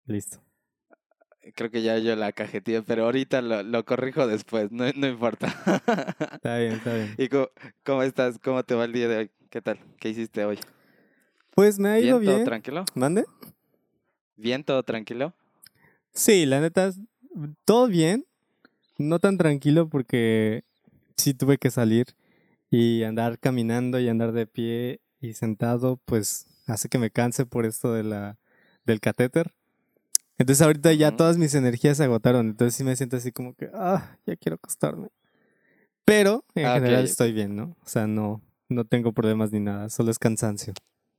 Listo. Creo que ya yo la cajeteé, pero ahorita lo corrijo después, no importa. Está bien, está bien. ¿Y cómo estás? ¿Cómo te va el día de hoy? ¿Qué tal? ¿Qué hiciste hoy? Pues me ha ido ¿Bien? ¿Todo bien. tranquilo? ¿Mande? ¿Bien? ¿Todo tranquilo? Sí, la neta, todo bien. No tan tranquilo porque sí tuve que salir y andar caminando y andar de pie y sentado, pues hace que me canse por esto del catéter. Entonces ahorita ya Ujú. todas mis energías se agotaron, entonces sí me siento así como que, ya quiero acostarme. Pero en Ah, ok, general estoy ok. bien, ¿no? O sea, no tengo problemas ni nada, solo es cansancio.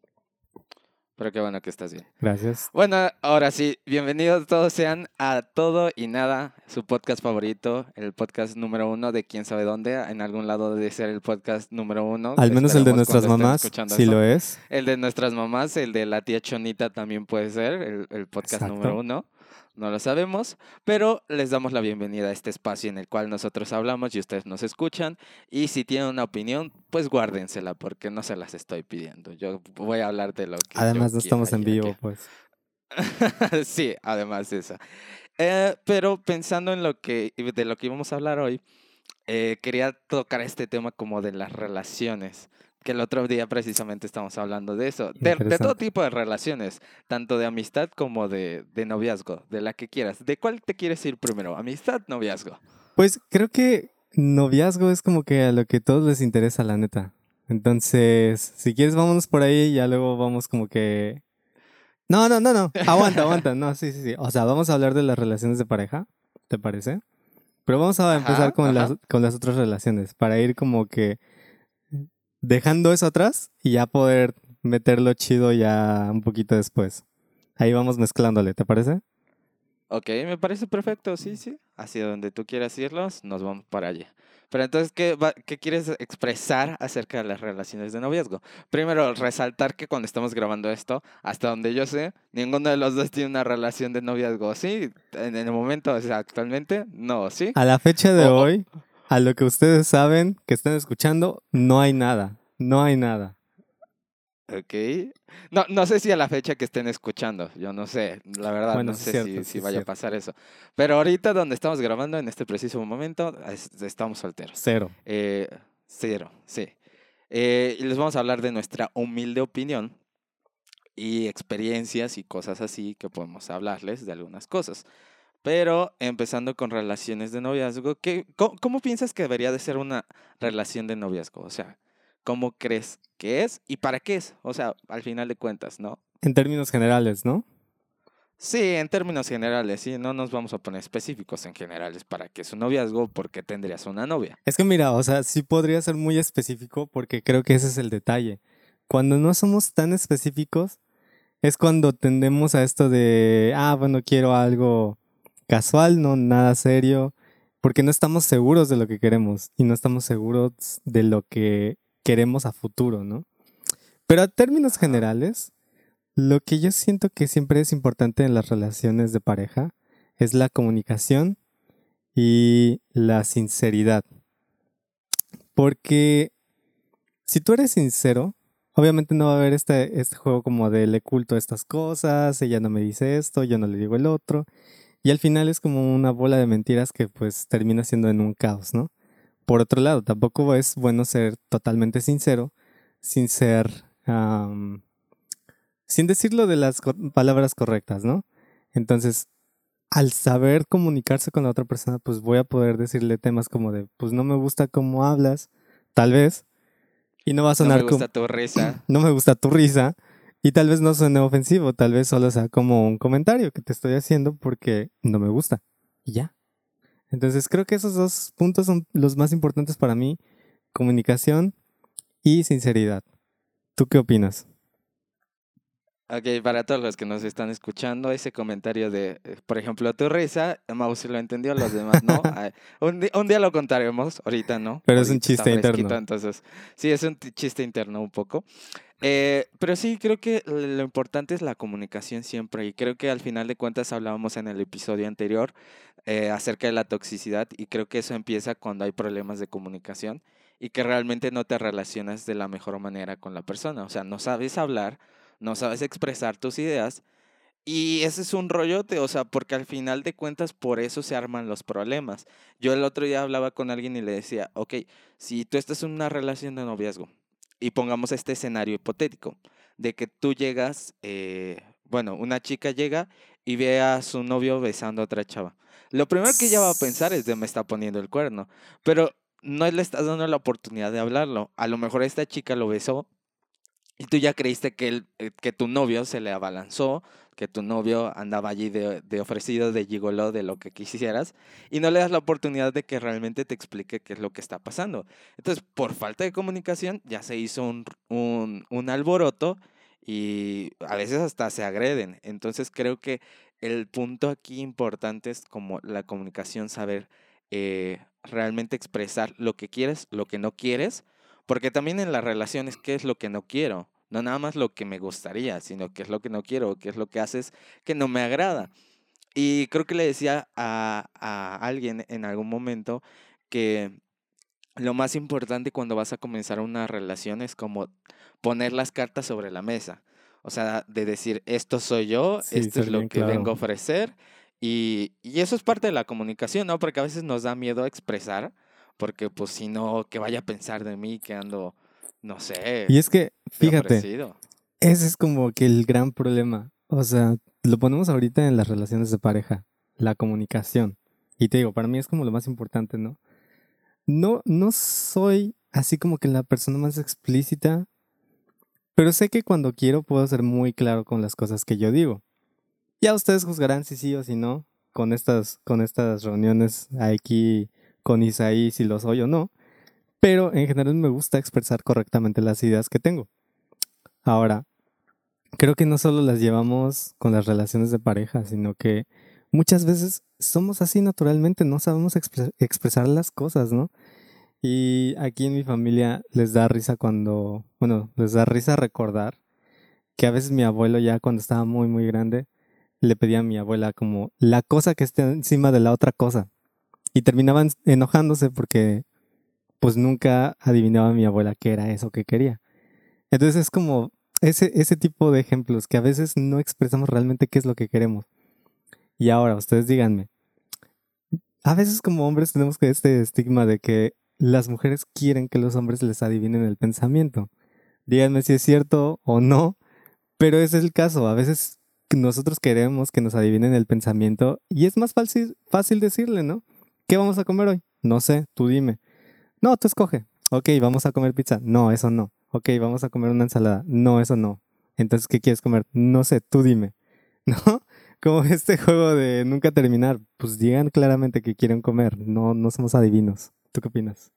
Pero qué bueno que estás bien. Gracias. Bueno, ahora sí, bienvenidos todos sean a Todo y Nada, su podcast favorito, el podcast número uno de quién sabe dónde, en algún lado debe ser el podcast número uno, Al menos el de esperemos nuestras cuando estén mamás, escuchando sí eso. lo es. El de nuestras mamás, el de la tía Chonita también puede ser, el podcast número Exacto. uno, no lo sabemos, pero les damos la bienvenida a este espacio en el cual nosotros hablamos y ustedes nos escuchan, y si tienen una opinión, pues guárdensela, porque no se las estoy pidiendo, yo voy a hablar de lo que yo Además no quiera estamos en y vivo, aquí. pues. Sí, además de eso. Pero pensando en de lo que íbamos a hablar hoy, quería tocar este tema como de las relaciones, que el otro día precisamente estamos hablando de eso, de todo Interesante. tipo de relaciones, tanto de amistad como de noviazgo, de la que quieras. ¿De cuál te quieres ir primero? ¿Amistad, noviazgo? Pues creo que noviazgo es como que a lo que a todos les interesa, la neta. Entonces, si quieres, vámonos por ahí y ya luego vamos como que... No. Aguanta, aguanta. No, sí. O sea, vamos a hablar de las relaciones de pareja, ¿te parece? Pero vamos a empezar Ajá, ajá. con las otras relaciones, para ir como que dejando eso atrás y ya poder meterlo chido ya un poquito después. Ahí vamos mezclándole, ¿te parece? Ok, me parece perfecto, sí, sí. Hacia donde tú quieras irlos, nos vamos para allá. Pero entonces, ¿qué quieres expresar acerca de las relaciones de noviazgo? Primero, resaltar que cuando estamos grabando esto, hasta donde yo sé, ninguno de los dos tiene una relación de noviazgo, ¿sí? En el momento, o sea, actualmente, no, ¿sí? A la fecha de O, o- hoy, a lo que ustedes saben, que están escuchando, no hay nada. No hay nada. ok. No sé si a la fecha que estén escuchando, yo no sé, la verdad, Bueno, no sí es sé cierto, si sí es vaya a cierto. pasar eso. Pero ahorita donde estamos grabando, en este preciso momento, estamos solteros. Cero. Eh, Cero, sí. Y les vamos a hablar de nuestra humilde opinión y experiencias y cosas así que podemos hablarles de algunas cosas. Pero empezando con relaciones de noviazgo, ¿cómo piensas que debería de ser una relación de noviazgo? O sea, ¿cómo crees que es y para qué es? O sea, al final de cuentas, ¿no? En términos generales, ¿no? Sí, en términos generales, sí, no nos vamos a poner específicos en generales para qué es un noviazgo, porque tendrías una novia. Es que mira, o sea, sí podría ser muy específico porque creo que ese es el detalle. Cuando no somos tan específicos es cuando tendemos a esto de, bueno, quiero algo casual, no nada serio, porque no estamos seguros de lo que queremos y no estamos seguros de lo que queremos a futuro, ¿no? Pero a términos Ajá. generales, lo que yo siento que siempre es importante en las relaciones de pareja es la comunicación y la sinceridad. Porque si tú eres sincero, obviamente no va a haber este juego como de le culto a estas cosas, ella no me dice esto, yo no le digo el otro. Y al final es como una bola de mentiras que pues termina siendo en un caos, ¿no? Por otro lado, tampoco es bueno ser totalmente sincero sin ser, sin decirlo de las palabras correctas, ¿no? Entonces, al saber comunicarse con la otra persona, pues voy a poder decirle temas como de, pues no me gusta cómo hablas, tal vez, y no va a No me sonar como, gusta tu risa. no me gusta tu risa, y tal vez no suene ofensivo, tal vez solo sea como un comentario que te estoy haciendo porque no me gusta. Y ya. Entonces creo que esos dos puntos son los más importantes para mí, comunicación y sinceridad. ¿Tú qué opinas? Ok, para todos los que nos están escuchando, ese comentario de, por ejemplo, tu risa, Mau sí lo entendió, los demás no. Un día lo contaremos, ahorita no, Pero es un ahorita está chiste fresquito, interno. entonces sí, es un chiste interno un poco. Pero sí, creo que lo importante es la comunicación siempre y creo que al final de cuentas hablábamos en el episodio anterior acerca de la toxicidad y creo que eso empieza cuando hay problemas de comunicación y que realmente no te relacionas de la mejor manera con la persona, o sea, no sabes hablar, no sabes expresar tus ideas Y ese es un rollote, o sea, porque al final de cuentas por eso se arman los problemas. Yo el otro día hablaba con alguien y le decía, ok, si tú estás en una relación de noviazgo y pongamos este escenario hipotético de que tú llegas, bueno, una chica llega y ve a su novio besando a otra chava. Lo primero que ella va a pensar es de me está poniendo el cuerno, pero no le estás dando la oportunidad de hablarlo. A lo mejor esta chica lo besó y tú ya creíste que, que tu novio se le abalanzó, que tu novio andaba allí de ofrecido, de gigoló, de lo que quisieras, y no le das la oportunidad de que realmente te explique qué es lo que está pasando. Entonces, por falta de comunicación, ya se hizo un alboroto y a veces hasta se agreden. Entonces, creo que el punto aquí importante es como la comunicación, saber realmente expresar lo que quieres, lo que no quieres, porque también en las relaciones, ¿qué es lo que no quiero? No nada más lo que me gustaría, sino qué es lo que no quiero, qué es lo que haces que no me agrada. Y creo que le decía a alguien en algún momento que lo más importante cuando vas a comenzar una relación es como poner las cartas sobre la mesa. O sea, de decir, esto soy yo, Sí, esto es ser lo bien que vengo claro. a ofrecer. Y eso es parte de la comunicación, ¿no? Porque a veces nos da miedo expresar, porque pues si no, que vaya a pensar de mí que ando, no sé, Y es que, de fíjate, ofrecido. ese es como que el gran problema. O sea, lo ponemos ahorita en las relaciones de pareja, la comunicación. Y te digo, para mí es como lo más importante, ¿no? No soy así como que la persona más explícita, pero sé que cuando quiero puedo ser muy claro con las cosas que yo digo. Ya ustedes juzgarán si sí o si no con estas reuniones aquí con Isaí, si lo soy o no. Pero en general me gusta expresar correctamente las ideas que tengo. Ahora, creo que no solo las llevamos con las relaciones de pareja, sino que muchas veces somos así naturalmente, no sabemos expresar las cosas, ¿no? Y aquí en mi familia les da risa bueno, les da risa recordar que a veces mi abuelo ya cuando estaba muy, muy grande, le pedía a mi abuela como la cosa que esté encima de la otra cosa. Y terminaban enojándose porque pues nunca adivinaba mi abuela qué era eso que quería. Entonces es como ese tipo de ejemplos que a veces no expresamos realmente qué es lo que queremos. Y ahora, ustedes díganme, a veces como hombres tenemos que este estigma de que las mujeres quieren que los hombres les adivinen el pensamiento. Díganme si es cierto o no, pero ese es el caso. A veces nosotros queremos que nos adivinen el pensamiento y es más fácil decirle, ¿no? ¿Qué vamos a comer hoy? No sé, tú dime. No, tú escoge. Ok, vamos a comer pizza. No, eso no. Ok, vamos a comer una ensalada. No, eso no. Entonces, ¿qué quieres comer? No sé, tú dime. ¿No? Como este juego de nunca terminar. Pues digan claramente que quieren comer. No somos adivinos. ¿Tú qué opinas?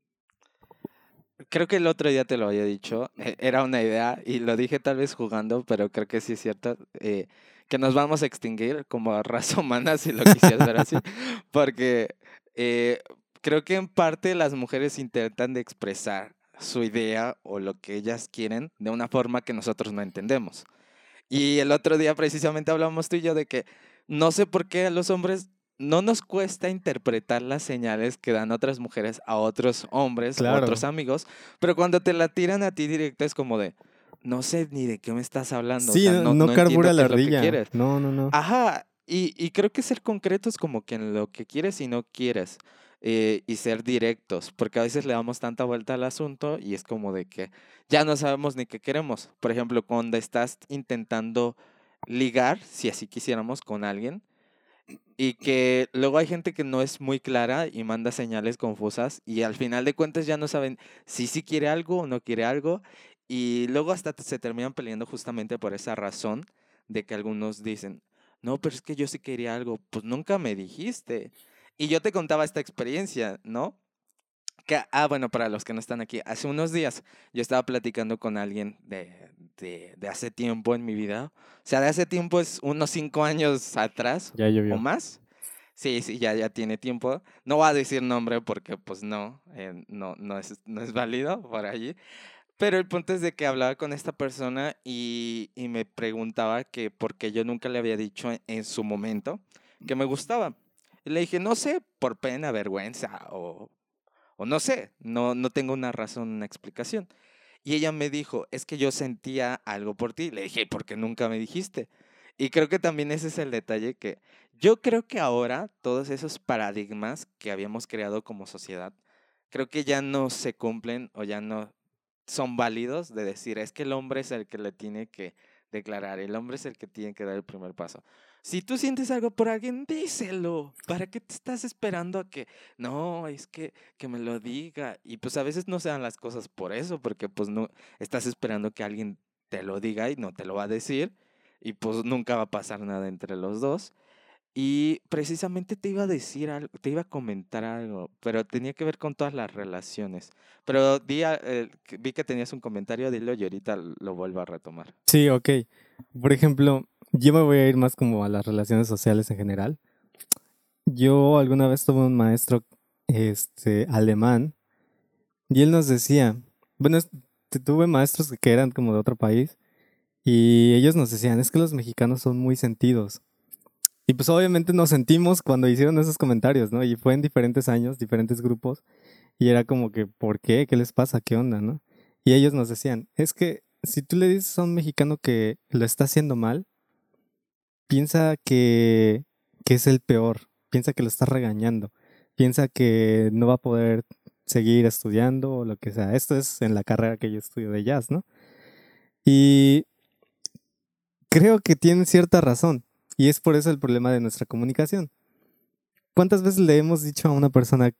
Creo que el otro día te lo había dicho, era una idea y lo dije tal vez jugando, pero creo que sí es cierto, que nos vamos a extinguir como raza humana si lo quisieras ver así, porque eh, creo que en parte las mujeres intentan de expresar su idea o lo que ellas quieren de una forma que nosotros no entendemos. Y el otro día precisamente hablamos tú y yo de que no sé por qué a los hombres no nos cuesta interpretar las señales que dan otras mujeres a otros hombres o otros Claro. amigos, pero cuando te la tiran a ti directo es como de, no sé ni de qué me estás hablando, o Sí, sea, no, no, no no entiendo carbura qué la es lo que ardilla. quieres. No. Ajá, y creo que ser concretos como que en lo que quieres y no quieres, y ser directos, porque a veces le damos tanta vuelta al asunto y es como de que ya no sabemos ni qué queremos. Por ejemplo, cuando estás intentando ligar, si así quisiéramos, con alguien, y que luego hay gente que no es muy clara y manda señales confusas y al final de cuentas ya no saben si sí quiere algo o no quiere algo y luego hasta se terminan peleando justamente por esa razón de que algunos dicen, no, pero es que yo sí quería algo, pues nunca me dijiste. Y yo te contaba esta experiencia, ¿no? Bueno, para los que no están aquí, hace unos días yo estaba platicando con alguien de hace tiempo en mi vida. O sea, de hace tiempo es unos 5 años atrás Ya o llovió. más. Sí, sí, ya tiene tiempo. No voy a decir nombre porque pues no, no es válido por allí. Pero el punto es de que hablaba con esta persona y me preguntaba que por qué yo nunca le había dicho en su momento que me gustaba. Y le dije, no sé, por pena, vergüenza o no sé, no tengo una razón, una explicación. Y ella me dijo, es que yo sentía algo por ti. Le dije, ¿por qué nunca me dijiste? Y creo que también ese es el detalle que yo creo que ahora todos esos paradigmas que habíamos creado como sociedad, creo que ya no se cumplen o ya no son válidos de decir, es que el hombre es el que le tiene que declarar, el hombre es el que tiene que dar el primer paso. Si tú sientes algo por alguien, díselo. ¿Para qué te estás esperando a que, no, es que me lo diga? Y pues a veces no se dan las cosas por eso, porque pues no estás esperando que alguien te lo diga y no te lo va a decir, y pues nunca va a pasar nada entre los dos. Y precisamente te iba a decir algo, te iba a comentar algo, pero tenía que ver con todas las relaciones. Pero vi que tenías un comentario, dilo y ahorita lo vuelvo a retomar. Sí, ok. Por ejemplo, yo me voy a ir más como a las relaciones sociales en general. Yo alguna vez tuve un maestro, alemán, y él nos decía, bueno, tuve maestros que eran como de otro país, y ellos nos decían, es que los mexicanos son muy sentidos. Y pues obviamente nos sentimos cuando hicieron esos comentarios, ¿no? Y fue en diferentes años, diferentes grupos, y era como que, ¿por qué? ¿Qué les pasa? ¿Qué onda, no? Y ellos nos decían, es que si tú le dices a un mexicano que lo está haciendo mal, piensa que es el peor, piensa que lo está regañando, piensa que no va a poder seguir estudiando o lo que sea. Esto es en la carrera que yo estudio de jazz, ¿no? Y creo que tienen cierta razón, y es por eso el problema de nuestra comunicación. ¿Cuántas veces le hemos dicho a una persona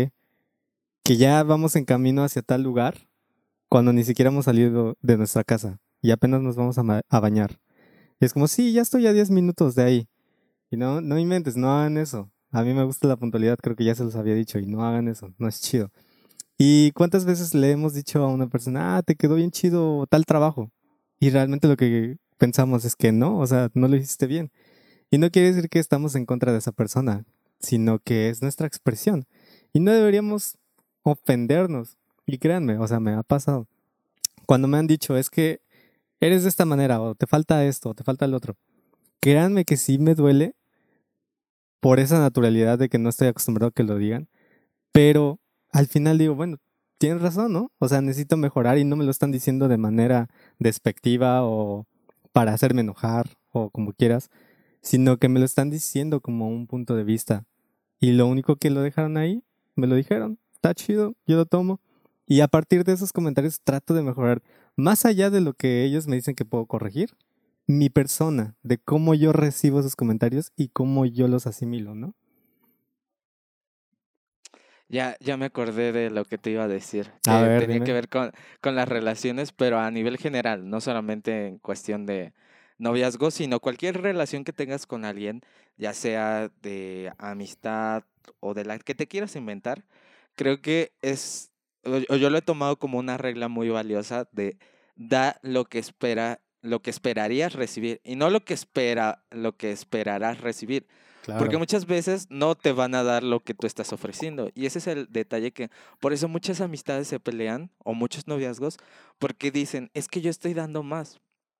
que ya vamos en camino hacia tal lugar cuando ni siquiera hemos salido de nuestra casa y apenas nos vamos a bañar? Y es como, sí, ya estoy a 10 minutos de ahí. Y no, no inventes, no hagan eso. A mí me gusta la puntualidad, creo que ya se los había dicho, y no hagan eso, no es chido. ¿Y cuántas veces le hemos dicho a una persona, te quedó bien chido tal trabajo? Y realmente lo que pensamos es que no, o sea, no lo hiciste bien. Y no quiere decir que estamos en contra de esa persona, sino que es nuestra expresión. Y no deberíamos ofendernos. Y créanme, o sea, me ha pasado. Cuando me han dicho, es que eres de esta manera, o te falta esto, o te falta el otro. Créanme que sí me duele por esa naturalidad de que no estoy acostumbrado a que lo digan, pero al final digo, bueno, tienes razón, ¿no? O sea, necesito mejorar y no me lo están diciendo de manera despectiva o para hacerme enojar o como quieras, sino que me lo están diciendo como un punto de vista. Y lo único que lo dejaron ahí, me lo dijeron, está chido, yo lo tomo. Y a partir de esos comentarios trato de mejorar, más allá de lo que ellos me dicen que puedo corregir, mi persona, de cómo yo recibo esos comentarios y cómo yo los asimilo, ¿no? Ya me acordé de lo que te iba a decir, A que ver, tenía que dime. ver con las relaciones, pero a nivel general, no solamente en cuestión de noviazgo, sino cualquier relación que tengas con alguien, ya sea de amistad o de la que te quieras inventar, creo que o yo lo he tomado como una regla muy valiosa de da lo que lo que esperarías recibir y no lo que esperarás recibir. Porque Claro. muchas veces no te van a dar lo que tú estás ofreciendo. Y ese es el detalle que, por eso muchas amistades se pelean o muchos noviazgos, porque dicen, es que yo estoy dando más.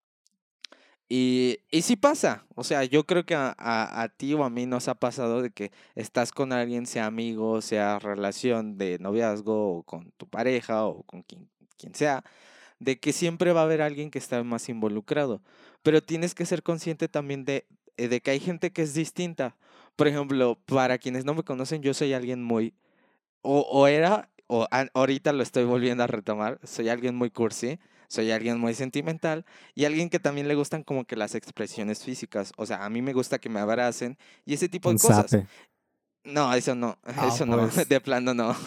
Y sí pasa. O sea, yo creo que a ti o a mí nos ha pasado de que estás con alguien, sea amigo, sea relación de noviazgo o con tu pareja o con quien sea, de que siempre va a haber alguien que está más involucrado. Pero tienes que ser consciente también de que hay gente que es distinta. Por ejemplo, para quienes no me conocen, yo soy alguien muy, o era, ahorita lo estoy volviendo a retomar, soy alguien muy cursi, soy alguien muy sentimental y alguien que también le gustan como que las expresiones físicas. O sea, a mí me gusta que me abracen y ese tipo de Un cosas. zape. No, eso no, Ah, eso no, pues. de plano no.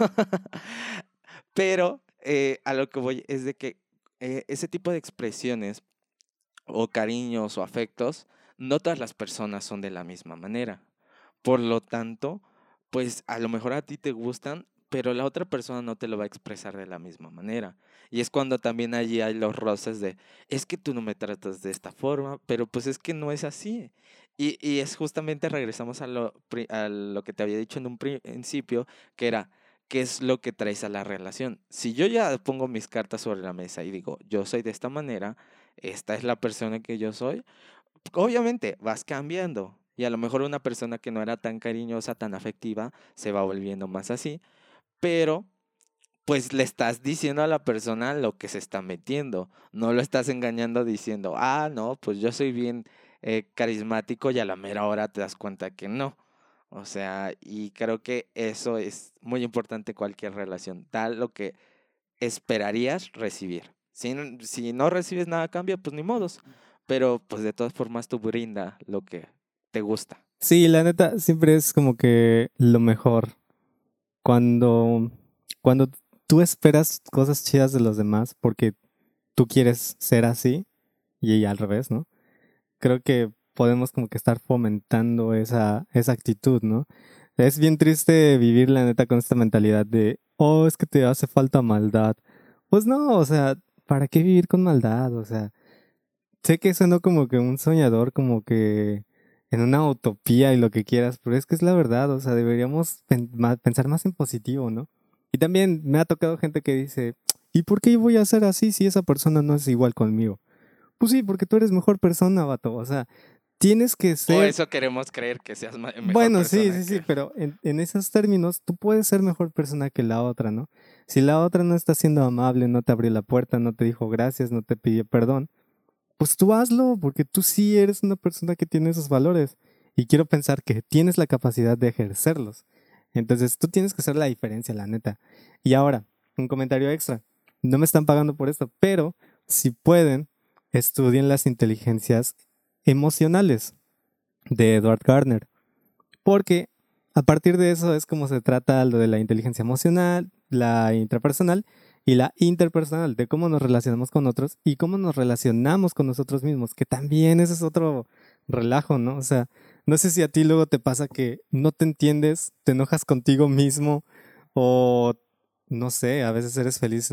Pero a lo que voy es de que ese tipo de expresiones o cariños o afectos, no todas las personas son de la misma manera. Por lo tanto, pues a lo mejor a ti te gustan, pero la otra persona no te lo va a expresar de la misma manera. Y es cuando también allí hay los roces de, es que tú no me tratas de esta forma, pero pues es que no es así. Y es justamente, regresamos a lo que te había dicho en un principio, que era, ¿qué es lo que traes a la relación? Si yo ya pongo mis cartas sobre la mesa y digo, yo soy de esta manera, esta es la persona que yo soy, obviamente vas cambiando. Y a lo mejor una persona que no era tan cariñosa, tan afectiva, se va volviendo más así. Pero pues le estás diciendo a la persona lo que se está metiendo. No lo estás engañando diciendo, ah, no, pues yo soy bien carismático y a la mera hora te das cuenta que no. O sea, y creo que eso es muy importante en cualquier relación. Da lo que esperarías recibir. Si no recibes nada a cambio, pues ni modos. Pero pues de todas formas tú brinda lo que te gusta. Sí, la neta, siempre es como que lo mejor. Cuando, cuando tú esperas cosas chidas de los demás porque tú quieres ser así y al revés, ¿no? Creo que podemos como que estar fomentando esa actitud, ¿no? Es bien triste vivir la neta con esta mentalidad de, oh, es que te hace falta maldad. Pues no, o sea, ¿para qué vivir con maldad? O sea, sé que sueno como que un soñador, como que en una utopía y lo que quieras, pero es que es la verdad, o sea, deberíamos pensar más en positivo, ¿no? Y también me ha tocado gente que dice, ¿y por qué voy a ser así si esa persona no es igual conmigo? Pues sí, porque tú eres mejor persona, vato, o sea, tienes que O ser... eso queremos creer que seas mejor Bueno, sí, persona sí, sí, que... pero en esos términos tú puedes ser mejor persona que la otra, ¿no? Si la otra no está siendo amable, no te abrió la puerta, no te dijo gracias, no te pidió perdón, pues tú hazlo, porque tú sí eres una persona que tiene esos valores. Y quiero pensar que tienes la capacidad de ejercerlos. Entonces tú tienes que hacer la diferencia, la neta. Y ahora, un comentario extra. No me están pagando por esto, pero si pueden, estudien las inteligencias emocionales de Edward Gardner. Porque a partir de eso es como se trata lo de la inteligencia emocional, la intrapersonal y la interpersonal, de cómo nos relacionamos con otros y cómo nos relacionamos con nosotros mismos, que también ese es otro relajo, ¿no? O sea, no sé si a ti luego te pasa que no te entiendes, te enojas contigo mismo o no sé, a veces eres feliz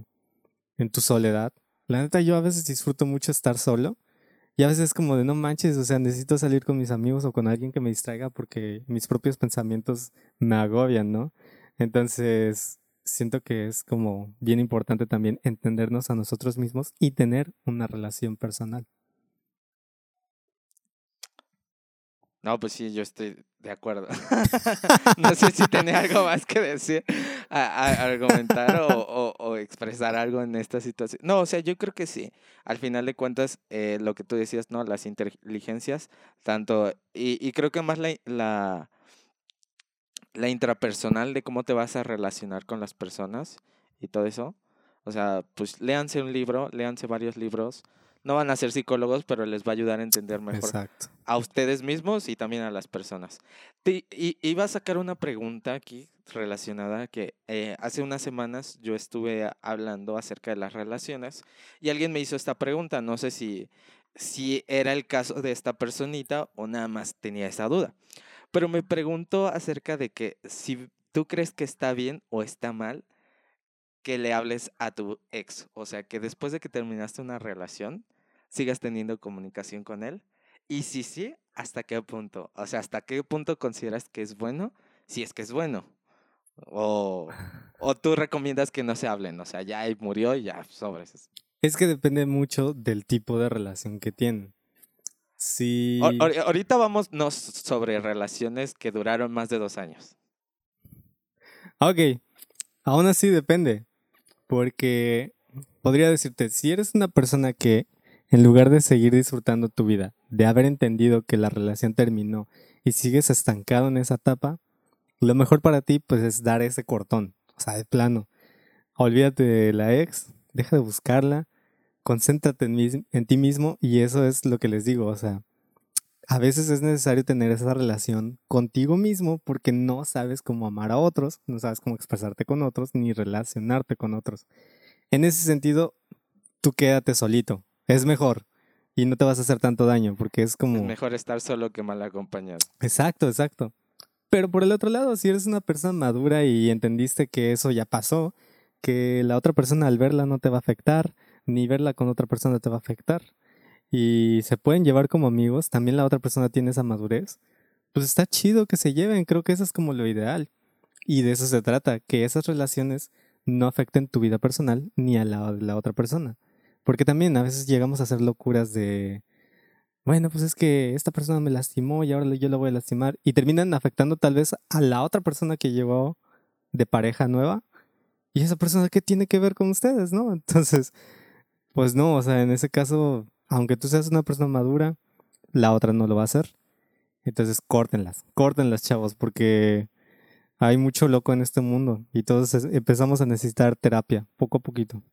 en tu soledad. La neta, yo a veces disfruto mucho estar solo y a veces es como de no manches, o sea, necesito salir con mis amigos o con alguien que me distraiga porque mis propios pensamientos me agobian, ¿no? Entonces, siento que es como bien importante también entendernos a nosotros mismos y tener una relación personal. No, pues sí, yo estoy de acuerdo. No sé si tenía algo más que decir, argumentar o expresar algo en esta situación. No, o sea, yo creo que sí. Al final de cuentas, lo que tú decías, ¿no? Las inteligencias, tanto, y creo que más la intrapersonal de cómo te vas a relacionar con las personas y todo eso. O sea, pues léanse un libro, léanse varios libros. No van a ser psicólogos, pero les va a ayudar a entender mejor Exacto. a ustedes mismos y también a las personas. Iba a sacar una pregunta aquí relacionada que hace unas semanas yo estuve hablando acerca de las relaciones y alguien me hizo esta pregunta. No sé si era el caso de esta personita o nada más tenía esa duda. Pero me pregunto acerca de que si tú crees que está bien o está mal que le hables a tu ex. O sea, que después de que terminaste una relación, sigas teniendo comunicación con él. Y si sí, ¿hasta qué punto? O sea, ¿hasta qué punto consideras que es bueno? Si es que es bueno. O tú recomiendas que no se hablen. O sea, ya ahí murió y ya sobres. Es que depende mucho del tipo de relación que tienen. Si... Ahorita vamos no, sobre relaciones que duraron más de 2 años. Ok, aún así depende. Porque podría decirte, si eres una persona que en lugar de seguir disfrutando tu vida, de haber entendido que la relación terminó y sigues estancado en esa etapa, lo mejor para ti pues es dar ese cortón, o sea, de plano. Olvídate de la ex, deja de buscarla, concéntrate en ti mismo y eso es lo que les digo, o sea, a veces es necesario tener esa relación contigo mismo porque no sabes cómo amar a otros, no sabes cómo expresarte con otros ni relacionarte con otros. En ese sentido, tú quédate solito. Es mejor. Y no te vas a hacer tanto daño, porque es Es como... mejor estar solo que mal acompañado. Exacto, exacto. Pero por el otro lado, si eres una persona madura y entendiste que eso ya pasó, que la otra persona al verla no te va a afectar, ni verla con otra persona te va a afectar, y se pueden llevar como amigos, también la otra persona tiene esa madurez, pues está chido que se lleven, creo que eso es como lo ideal. Y de eso se trata, que esas relaciones no afecten tu vida personal ni a la de la otra persona. Porque también a veces llegamos a hacer locuras de, bueno, pues es que esta persona me lastimó y ahora yo la voy a lastimar. Y terminan afectando tal vez a la otra persona que llegó de pareja nueva. Y esa persona, ¿qué tiene que ver con ustedes, no? Entonces, pues no, o sea, en ese caso, aunque tú seas una persona madura, la otra no lo va a hacer. Entonces córtenlas, chavos, porque hay mucho loco en este mundo y todos empezamos a necesitar terapia, poco a poquito.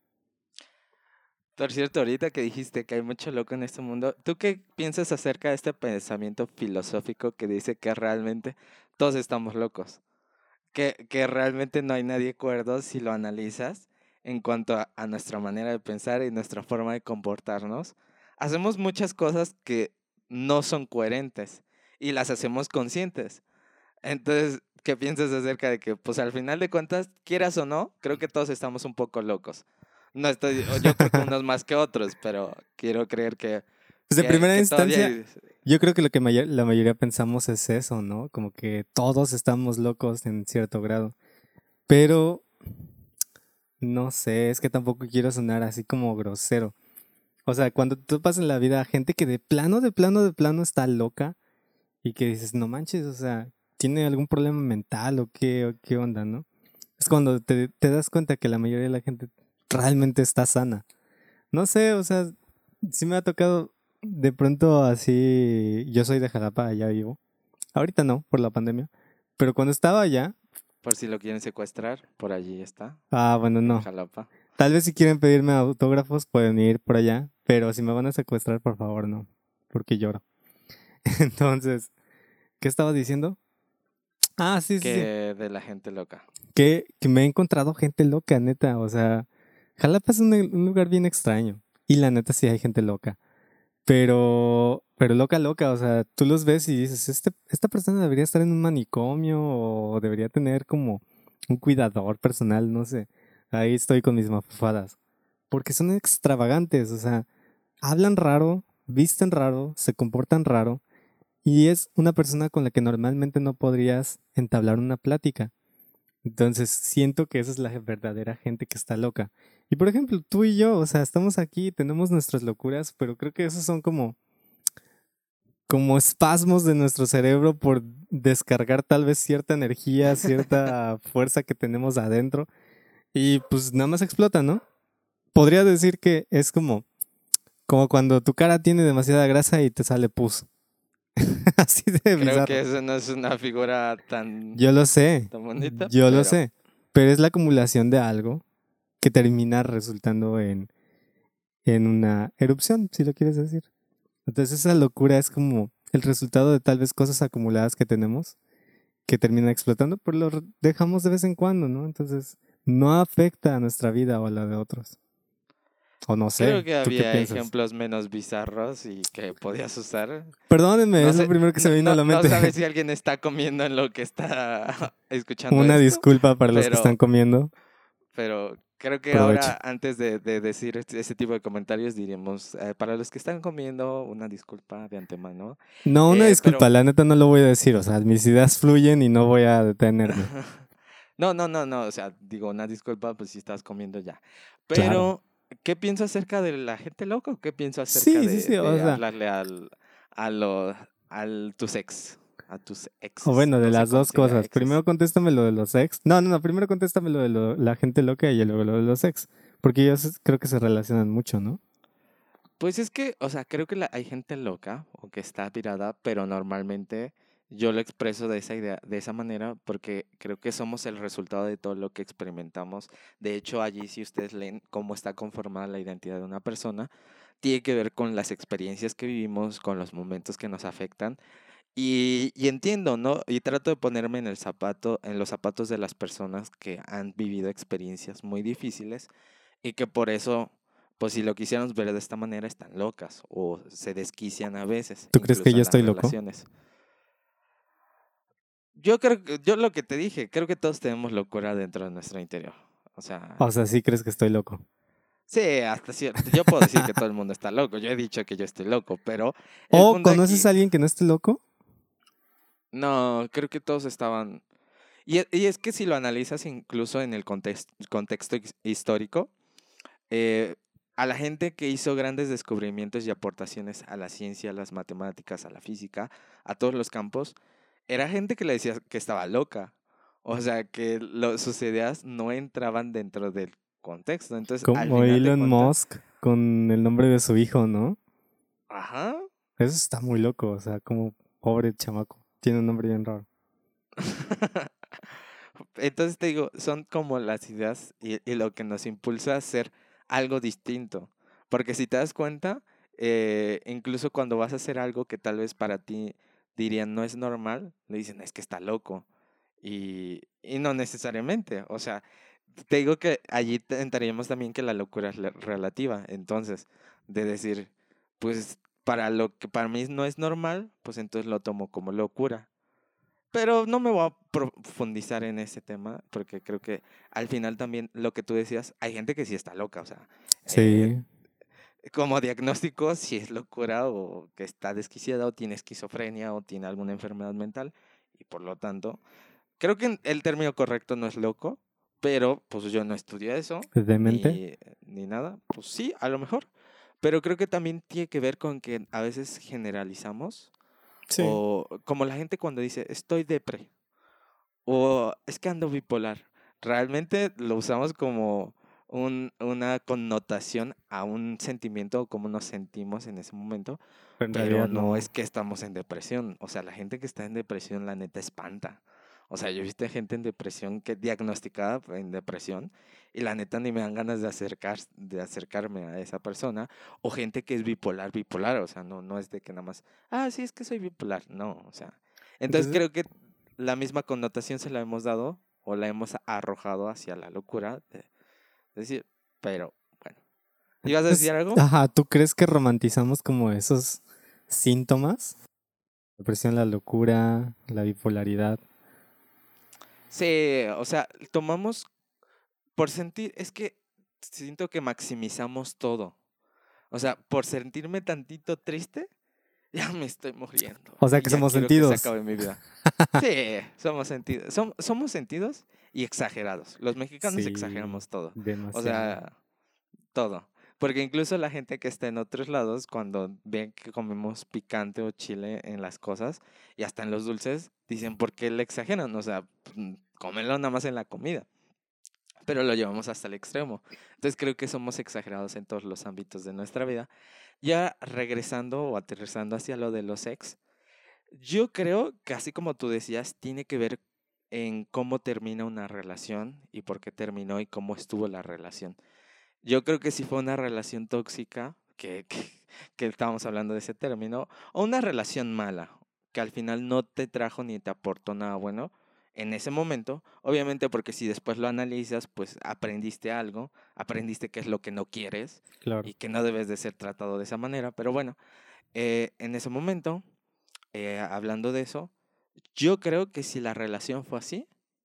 Por cierto, ahorita que dijiste que hay mucho loco en este mundo, ¿tú qué piensas acerca de este pensamiento filosófico que dice que realmente todos estamos locos? Que realmente no hay nadie cuerdo si lo analizas en cuanto a nuestra manera de pensar y nuestra forma de comportarnos. Hacemos muchas cosas que no son coherentes y las hacemos conscientes. Entonces, ¿qué piensas acerca de que, pues al final de cuentas, quieras o no, creo que todos estamos un poco locos? No estoy, yo creo que unos más que otros, pero quiero creer Pues de primera que todavía instancia, hay... yo creo que lo que la mayoría pensamos es eso, ¿no? Como que todos estamos locos en cierto grado. Pero no sé, es que tampoco quiero sonar así como grosero. O sea, cuando tú pasas en la vida a gente que de plano está loca y que dices, no manches, o sea, ¿tiene algún problema mental o qué onda, no? Es cuando te das cuenta que la mayoría de la gente realmente está sana. No sé, o sea, sí me ha tocado de pronto así, yo soy de Jalapa, allá vivo. Ahorita no, por la pandemia. Pero cuando estaba allá, Por si lo quieren secuestrar, por allí está, bueno, en no. Jalapa. Tal vez si quieren pedirme autógrafos pueden ir por allá, pero si me van a secuestrar, por favor, no, porque lloro. Entonces, ¿qué estaba diciendo? Ah, sí, sí, sí. Que de la gente loca. Que me he encontrado gente loca, neta. O sea, Jalapa es un lugar bien extraño. Y la neta sí hay gente loca. Pero loca, loca. O sea, tú los ves y dices, esta persona debería estar en un manicomio o debería tener como un cuidador personal, no sé. Ahí estoy con mis mafufadas. Porque son extravagantes, o sea, hablan raro, visten raro, se comportan raro. Y es una persona con la que normalmente no podrías entablar una plática. Entonces siento que esa es la verdadera gente que está loca. Y por ejemplo, tú y yo, o sea, estamos aquí, tenemos nuestras locuras, pero creo que esos son como espasmos de nuestro cerebro por descargar tal vez cierta energía, cierta fuerza que tenemos adentro. Y pues nada más explota, ¿no? Podría decir que es como cuando tu cara tiene demasiada grasa y te sale pus. Así de Creo que bizarro. eso no es una figura tan, Yo lo sé, tan bonita, yo lo pero sé. Pero es la acumulación de algo que termina resultando en una erupción, si lo quieres decir. Entonces esa locura es como el resultado de tal vez cosas acumuladas que tenemos que terminan explotando, pero lo dejamos de vez en cuando, ¿no? Entonces no afecta a nuestra vida o a la de otros. O no creo sé, que ¿tú qué había piensas? ejemplos menos bizarros y que podías usar. Perdónenme, No es lo sé, primero que se me vino a la no mente. sabes si alguien está comiendo en lo que está escuchando Una esto, disculpa para los que están pero, comiendo. pero creo que Provecho. ahora, antes de decir ese tipo de comentarios, diríamos, para los que están comiendo, una disculpa de antemano. No, una Pero disculpa, la neta no lo voy a decir. O sea, mis ideas fluyen y no voy a detenerme. no, o sea, digo, una disculpa, pues si estás comiendo ya. Claro. Pero, ¿qué pienso acerca de la gente loca? ¿Qué pienso acerca Sí, sí, sí. O de sea, hablarle a lo, tus ex, a tus o exes? bueno, de No sé las cómo dos se diga cosas. exes. Primero contéstame lo de los ex. No, no, no. Primero contéstame lo de la gente loca y luego lo de los ex. Porque ellos creo que se relacionan mucho, ¿no? Pues es que, o sea, creo que hay gente loca o que está pirada, pero normalmente yo lo expreso de esa idea, de esa manera, porque creo que somos el resultado de todo lo que experimentamos. De hecho, allí si ustedes leen cómo está conformada la identidad de una persona, tiene que ver con las experiencias que vivimos, con los momentos que nos afectan. Y entiendo, ¿no? Y trato de ponerme en el zapato, en los zapatos de las personas que han vivido experiencias muy difíciles y que por eso, pues si lo quisiéramos ver de esta manera, están locas o se desquician a veces, ¿Tú crees que incluso yo en las estoy loco? relaciones. Yo creo que, yo lo que te dije, creo que todos tenemos locura dentro de nuestro interior. O sea, O sea, sí crees que estoy loco. sí, hasta cierto. Yo puedo decir que todo el mundo está loco. Yo he dicho que yo estoy loco, pero el ¿O punto conoces aquí, a alguien que no esté loco? no, creo que todos estaban. Y es que si lo analizas incluso en el contexto histórico, eh, a la gente que hizo grandes descubrimientos y aportaciones a la ciencia, a las matemáticas, a la física, a todos los campos, era gente que le decía que estaba loca. O sea, que sus ideas no entraban dentro del contexto. Entonces, al Como final de Elon cuentas, Musk con el nombre de su hijo, ¿no? ajá. Eso está muy loco, o sea, como pobre chamaco. Tiene un nombre bien raro. Entonces te digo, son como las ideas y lo que nos impulsa a hacer algo distinto. Porque si te das cuenta, incluso cuando vas a hacer algo que tal vez para ti dirían no es normal, le dicen es que está loco. Y no necesariamente. O sea, te digo que allí entraríamos también que la locura es relativa. Entonces, de decir, pues para lo que para mí no es normal, pues entonces lo tomo como locura. Pero no me voy a profundizar en ese tema porque creo que al final también lo que tú decías, hay gente que sí está loca, o sea, eh, Sí, como diagnóstico, si es locura o que está desquiciada o tiene esquizofrenia o tiene alguna enfermedad mental y por lo tanto, creo que el término correcto no es loco, pero pues yo no estudio eso demente. ni nada, pues sí, a lo mejor, pero creo que también tiene que ver con que a veces generalizamos Sí. o como la gente cuando dice estoy depre. O es que ando bipolar. Realmente lo usamos como una connotación a un sentimiento o cómo nos sentimos en ese momento, Pero en pero realidad no no. es que estamos en depresión. O sea, la gente que está en depresión, la neta, espanta. O sea, yo he visto gente en depresión que diagnosticada en depresión y la neta ni me dan ganas de acercarme a esa persona. O gente que es bipolar, bipolar. O sea, no es de que nada más, sí, es que soy bipolar. No, o sea. Entonces Entonces, creo que la misma connotación se la hemos dado o la hemos arrojado hacia la locura de decir, pero bueno. ¿Ibas a decir algo? ajá, ¿tú crees que romantizamos como esos síntomas? La depresión, la locura, la bipolaridad. Sí, o sea, tomamos por sentir, es que siento que maximizamos todo. O sea, por sentirme tantito triste, ya me estoy muriendo O sea y que ya somos quiero que se sentidos. acabe mi vida. Sí, somos sentidos, somos sentidos y exagerados. Los mexicanos Sí, exageramos todo. O demasiado. sea, todo. Porque incluso la gente que está en otros lados, cuando ven que comemos picante o chile en las cosas y hasta en los dulces, dicen, ¿por qué le exageran? O sea, cómelo nada más en la comida. Pero lo llevamos hasta el extremo. Entonces creo que somos exagerados en todos los ámbitos de nuestra vida. Ya regresando o aterrizando hacia lo de los ex, yo creo que así como tú decías, tiene que ver en cómo termina una relación y por qué terminó y cómo estuvo la relación. Yo creo que si fue una relación tóxica, que estábamos hablando de ese término, o una relación mala, que al final no te trajo ni te aportó nada bueno en ese momento, obviamente porque si después lo analizas, pues aprendiste algo, aprendiste qué es lo que no quieres Claro. y que no debes de ser tratado de esa manera, pero bueno, en ese momento, hablando de eso, yo creo que si la relación fue así,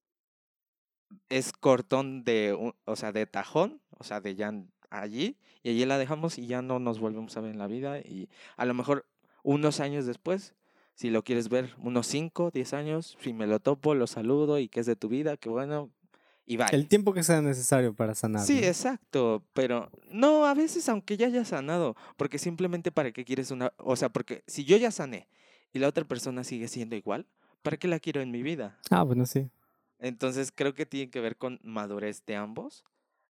es cortón o sea, de tajón, o sea, de ya allí, y allí la dejamos y ya no nos volvemos a ver en la vida. Y a lo mejor unos años después, si lo quieres ver, unos 5, 10 años, si me lo topo, lo saludo y qué es de tu vida, qué bueno, y El bye. tiempo que sea necesario para sanar, Sí, ¿no? exacto, pero no, a veces aunque ya haya sanado, porque simplemente para qué quieres o sea, porque si yo ya sané y la otra persona sigue siendo igual, ¿para qué la quiero en mi vida? Ah, bueno, sí. Entonces creo que tiene que ver con madurez de ambos.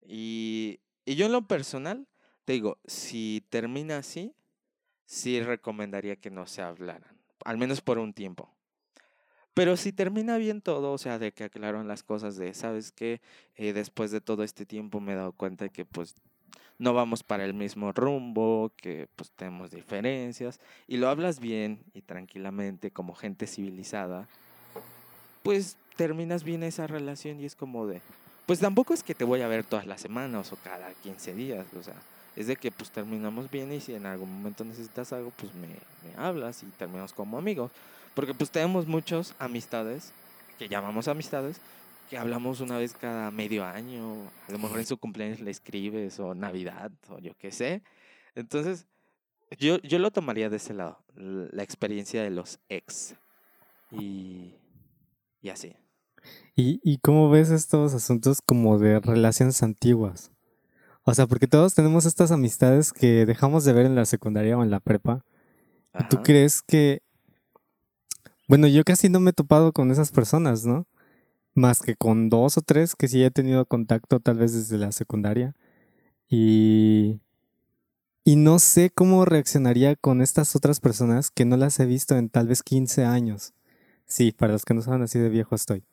Y yo en lo personal, te digo, si termina así, sí recomendaría que no se hablaran, al menos por un tiempo. Pero si termina bien todo, o sea, de que aclararon las cosas de, ¿sabes qué? Después de todo este tiempo me he dado cuenta de que pues no vamos para el mismo rumbo, que pues tenemos diferencias, y lo hablas bien y tranquilamente como gente civilizada, pues terminas bien esa relación y es como de, pues tampoco es que te voy a ver todas las semanas o cada 15 días, o sea, es de que pues terminamos bien y si en algún momento necesitas algo, pues me hablas y terminamos como amigos, porque pues tenemos muchos amistades, que llamamos amistades, que hablamos una vez cada medio año, a lo mejor en su cumpleaños le escribes o Navidad o yo qué sé, entonces yo lo tomaría de ese lado, la experiencia de los ex y, y así. ¿Y cómo ves estos asuntos como de relaciones antiguas? O sea, porque todos tenemos estas amistades que dejamos de ver en la secundaria o en la prepa. ¿Y tú Ajá. crees que, bueno, yo casi no me he topado con esas personas, ¿no? Más que con dos o tres que sí he tenido contacto tal vez desde la secundaria. Y Y no sé cómo reaccionaría con estas otras personas que no las he visto en tal vez 15 años. Sí, para los que no saben, así de viejo estoy.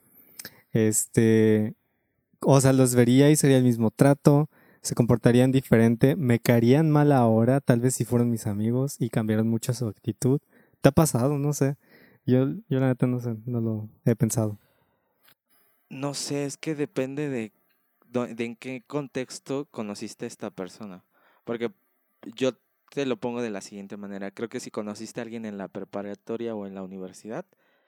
Este, o sea, los vería y sería el mismo trato, se comportarían diferente, me caerían mal ahora, tal vez si fueron mis amigos y cambiaron mucho su actitud. ¿Te ha pasado? No sé. Yo la neta no sé, no lo he pensado. No sé, es que depende de en qué contexto conociste a esta persona. Porque yo te lo pongo de la siguiente manera. Creo que si conociste a alguien en la preparatoria o en la universidad,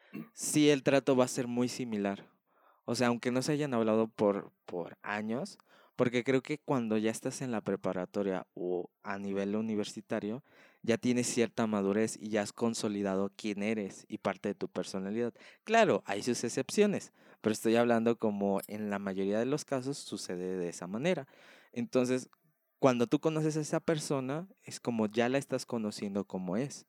sí el trato va a ser muy similar. O sea, aunque no se hayan hablado por años, porque creo que cuando ya estás en la preparatoria o a nivel universitario, ya tienes cierta madurez y ya has consolidado quién eres y parte de tu personalidad. Claro, hay sus excepciones, pero estoy hablando como en la mayoría de los casos sucede de esa manera. Entonces, cuando tú conoces a esa persona, es como ya la estás conociendo como es.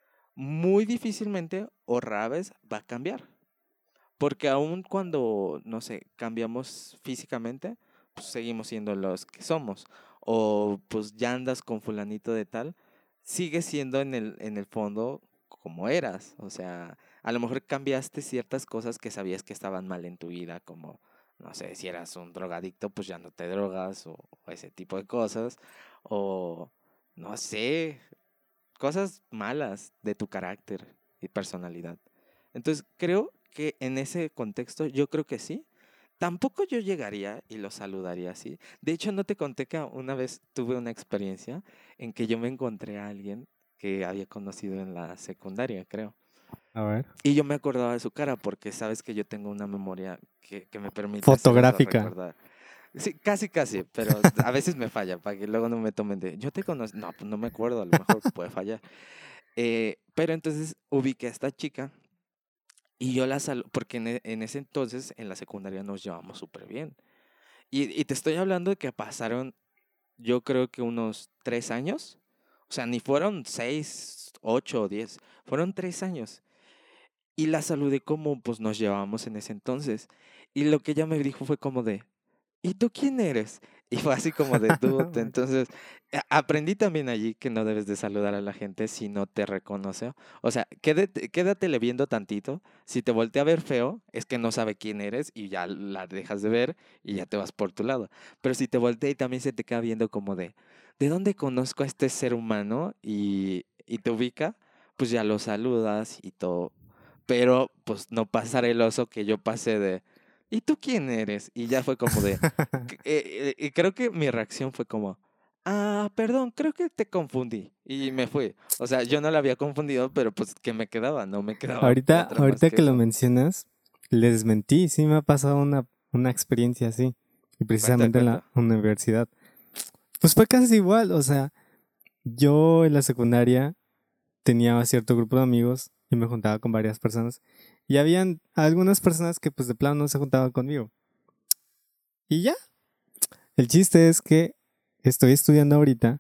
Muy difícilmente o rara vez va a cambiar. Porque aun cuando, no sé, cambiamos físicamente, pues seguimos siendo los que somos. O pues ya andas con fulanito de tal, sigues siendo en el fondo como eras. O sea, a lo mejor cambiaste ciertas cosas que sabías que estaban mal en tu vida, como, no sé, si eras un drogadicto, pues ya no te drogas o ese tipo de cosas. O, no sé, cosas malas de tu carácter y personalidad. Entonces, creo que en ese contexto, yo creo que sí. Tampoco yo llegaría y lo saludaría así. De hecho, no te conté que una vez tuve una experiencia en que yo me encontré a alguien que había conocido en la secundaria, creo. A ver. Y yo me acordaba de su cara porque sabes que yo tengo una memoria que me permite hacer eso, Fotográfica. recordar. Sí, casi, casi, pero a veces me falla para que luego no me tomen de, yo te conozco, no, pues no me acuerdo, a lo mejor puede fallar. Pero entonces ubiqué a esta chica y yo la saludo, porque en ese entonces en la secundaria nos llevamos súper bien. Y te estoy hablando de que pasaron, yo creo que unos 3 años. O sea, ni fueron 6, 8 o 10, fueron 3 años. Y la saludé como pues nos llevábamos en ese entonces. Y lo que ella me dijo fue como de, ¿y tú quién eres? Y fue así como de dude. Entonces, aprendí también allí que no debes de saludar a la gente si no te reconoce. O sea, quédatele viendo tantito. Si te voltea a ver feo, es que no sabe quién eres y ya la dejas de ver y ya te vas por tu lado. Pero si te voltea y también se te queda viendo como ¿de dónde conozco a este ser humano? Y te ubica, pues ya lo saludas y todo. Pero pues no pasar el oso que yo pasé de, ¿y tú quién eres? Y ya fue como de, y creo que mi reacción fue como, perdón, creo que te confundí. Y me fui. O sea, yo no la había confundido, pero pues, ¿qué me quedaba? No me quedaba otra más Ahorita que que lo eso. mencionas, les mentí, sí me ha pasado una experiencia así, y Cuenta, precisamente en la cuenta. universidad. Pues fue casi igual, o sea, yo en la secundaria tenía cierto grupo de amigos y me juntaba con varias personas, y habían algunas personas que pues de plano no se juntaban conmigo. Y ya, el chiste es que estoy estudiando ahorita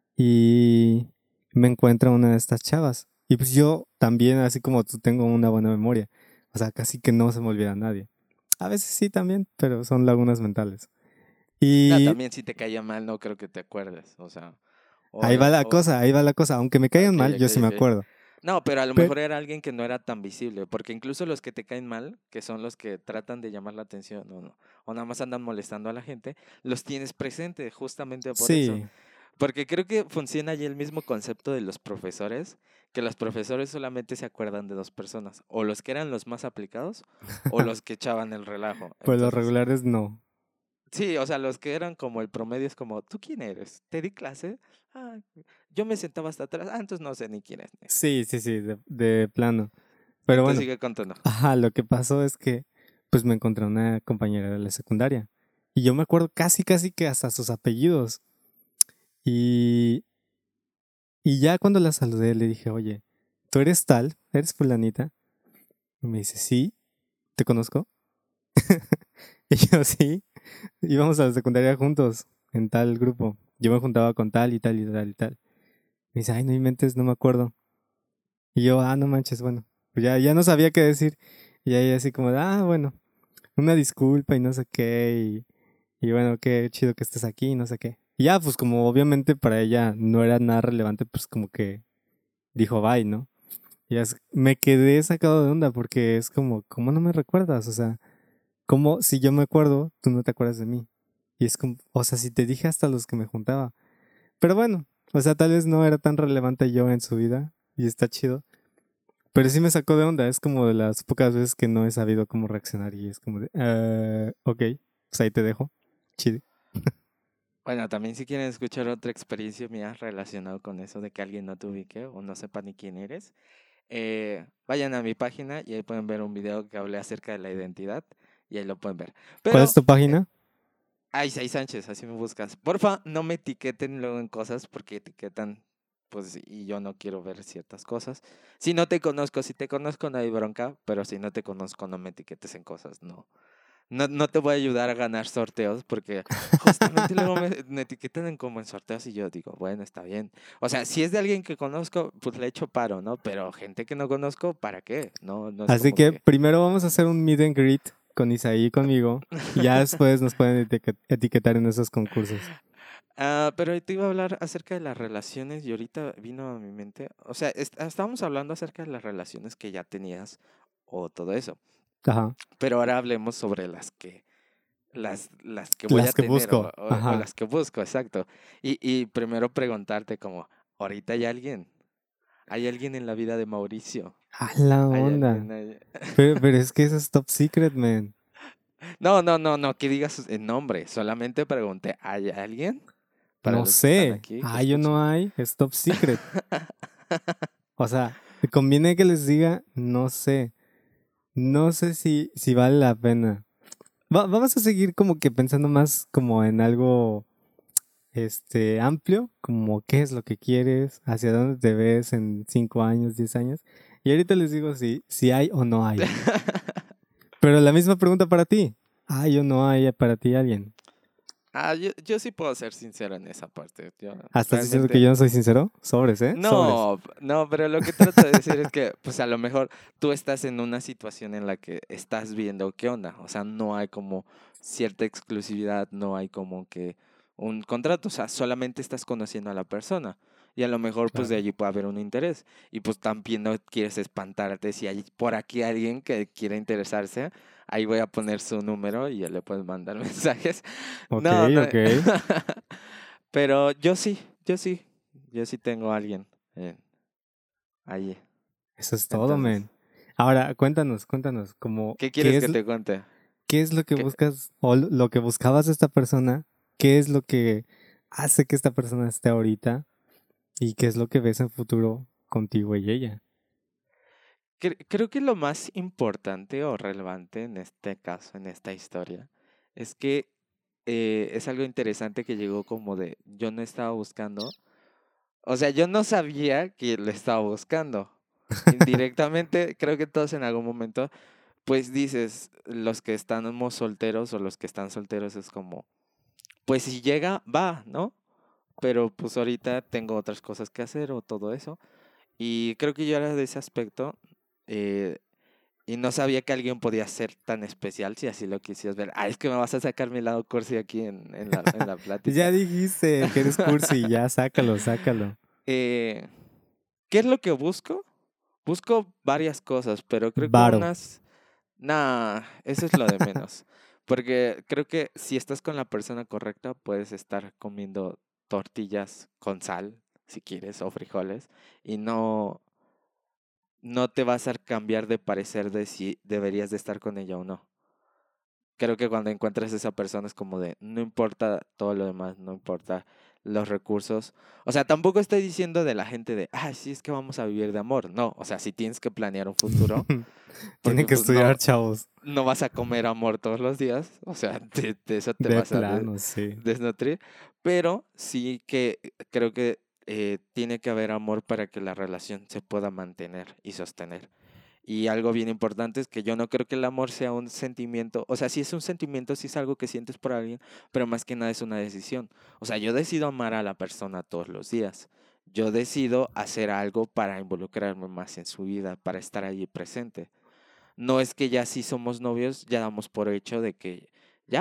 y me encuentro una de estas chavas. Y pues yo también, así como tú, tengo una buena memoria. O sea, casi que no se me olvida a nadie. A veces sí también, pero son lagunas mentales. No, Y también si te caía mal, no creo que te acuerdes. O sea, ahí va la o cosa, ahí va la cosa. Aunque me caigan ok, mal, ok, yo sí me ok. acuerdo. No, pero a lo Pero mejor era alguien que no era tan visible, porque incluso los que te caen mal, que son los que tratan de llamar la atención o nada más andan molestando a la gente, los tienes presente justamente por eso. sí, Porque creo que funciona allí el mismo concepto de los profesores, que los profesores solamente se acuerdan de dos personas, o los que eran los más aplicados o los que echaban el relajo. pues los Entonces, regulares no. sí, o sea, los que eran como el promedio es como, ¿tú quién eres? ¿Te di clase? Ah, yo me sentaba hasta atrás. Entonces no sé ni quién es. Sí, sí, sí, de plano. Pero Entonces bueno, sigue contando. ajá, lo que pasó es que pues me encontré una compañera de la secundaria. Y yo me acuerdo casi, casi que hasta sus apellidos. Y Y ya cuando la saludé le dije, oye, ¿tú eres tal? ¿Eres fulanita? Y me dice, sí, ¿te conozco? Y yo, sí, íbamos a la secundaria juntos, en tal grupo. Yo me juntaba con tal y tal y tal y tal. Me dice, ay, no inventes, no me acuerdo. Y yo, no manches, bueno, pues ya no sabía qué decir. Y ahí así como, bueno, una disculpa y no sé qué. Y bueno, qué chido que estés aquí y no sé qué. Y ya, pues como obviamente para ella no era nada relevante, pues como que dijo bye, ¿no? Me quedé sacado de onda porque es como, ¿cómo no me recuerdas? O sea, ¿cómo si yo me acuerdo, tú no te acuerdas de mí? Y es como, o sea, si te dije hasta los que me juntaba. Pero bueno, o sea, tal vez no era tan relevante yo en su vida y está chido. Pero sí me sacó de onda, es como de las pocas veces que no he sabido cómo reaccionar y es como de, ok, pues ahí te dejo. Chido. Bueno, también si quieren escuchar otra experiencia mía relacionada con eso de que alguien no te ubique o no sepa ni quién eres, vayan a mi página y ahí pueden ver un video que hablé acerca de la identidad y ahí lo pueden ver. ¿Cuál es Pero, tu página? Isai Sánchez, así me buscas. Porfa, no me etiqueten luego en cosas porque etiquetan, pues, y yo no quiero ver ciertas cosas. Si no te conozco, si te conozco no hay bronca, pero si no te conozco no me etiquetes en cosas, no. No te voy a ayudar a ganar sorteos porque justamente luego me etiquetan en como en sorteos y yo digo, bueno, está bien. O sea, si es de alguien que conozco, pues le echo paro, ¿no? Pero gente que no conozco, ¿para qué? No, no es Así como que que... primero vamos a hacer un meet and greet con Isaí y conmigo y ya después nos pueden etiquetar en esos concursos. Pero te iba a hablar acerca de las relaciones y ahorita vino a mi mente, o sea, estábamos hablando acerca de las relaciones que ya tenías o todo eso, Ajá. pero ahora hablemos sobre las que voy a Las que tener busco. o Ajá. las que busco, exacto. Y primero preguntarte como, ahorita hay alguien en la vida de Mauricio, A la hay onda. alguien ahí. Pero es que eso es top secret, man. No, que digas el nombre, solamente pregunté, ¿hay alguien? Para No los que están sé. aquí, que Hay o no escuchen. hay, es top secret. O sea, ¿te conviene que les diga? No sé. No sé si vale la pena. Vamos a seguir como que pensando más como en algo amplio, como qué es lo que quieres, hacia dónde te ves en 5 años, 10 años. Y ahorita les digo si hay o no hay. Pero la misma pregunta para ti. ¿Hay o no hay para ti alguien? Yo sí puedo ser sincero en esa parte. Yo ¿Estás diciendo que realmente yo no soy sincero? Sobres, ¿eh? Sobres. no, pero lo que trato de decir es que, pues a lo mejor tú estás en una situación en la que estás viendo qué onda. O sea, no hay como cierta exclusividad, no hay como que un contrato. O sea, solamente estás conociendo a la persona. Y a lo mejor, pues de Claro. allí puede haber un interés. Y pues también no quieres espantarte. Si hay por aquí alguien que quiere interesarse, ahí voy a poner su número y ya le puedes mandar mensajes. Ok, No. ok. Pero yo sí tengo a alguien allí. Eso es todo, Entonces, men. Ahora, cuéntanos, como, ¿qué quieres que te cuente? qué es lo que ¿Qué? buscas o lo que buscabas de esta persona? ¿Qué es lo que hace que esta persona esté ahorita? ¿Y qué es lo que ves en futuro contigo y ella? Creo que lo más importante o relevante en este caso, en esta historia, es que es algo interesante que llegó como de yo no estaba buscando, o sea, yo no sabía que lo estaba buscando. Indirectamente, creo que todos en algún momento, pues dices, los que estamos solteros o los que están solteros es como, pues si llega, va, ¿no? Pero pues ahorita tengo otras cosas que hacer o todo eso. Y creo que yo era de ese aspecto eh, y no sabía que alguien podía ser tan especial si así lo quisieras ver. Ah, es que me vas a sacar mi lado cursi aquí en la Ya plática. dijiste que eres cursi, ya sácalo. Eh, ¿Qué es lo que busco? Busco varias cosas, pero creo que Varo. unas... Nah, eso es lo de menos. Porque creo que si estás con la persona correcta, puedes estar comiendo tortillas con sal, si quieres, o frijoles, y no te vas a cambiar de parecer de si deberías de estar con ella o no. Creo que cuando encuentras esa persona es como de, no importa todo lo demás, no importa los recursos. O sea, tampoco estoy diciendo de la gente de, ah, sí, es que vamos a vivir de amor. No, o sea, si tienes que planear un futuro, Tienen porque que pues estudiar, chavos. no vas a comer amor todos los días, o sea, de eso te De vas a plano, sí. desnutrir, pero sí que creo que tiene que haber amor para que la relación se pueda mantener y sostener. Y algo bien importante es que yo no creo que el amor sea un sentimiento, o sea, sí es un sentimiento, sí es algo que sientes por alguien, pero más que nada es una decisión. O sea, yo decido amar a la persona todos los días. Yo decido hacer algo para involucrarme más en su vida, para estar allí presente. No es que ya si somos novios, ya damos por hecho de que ya.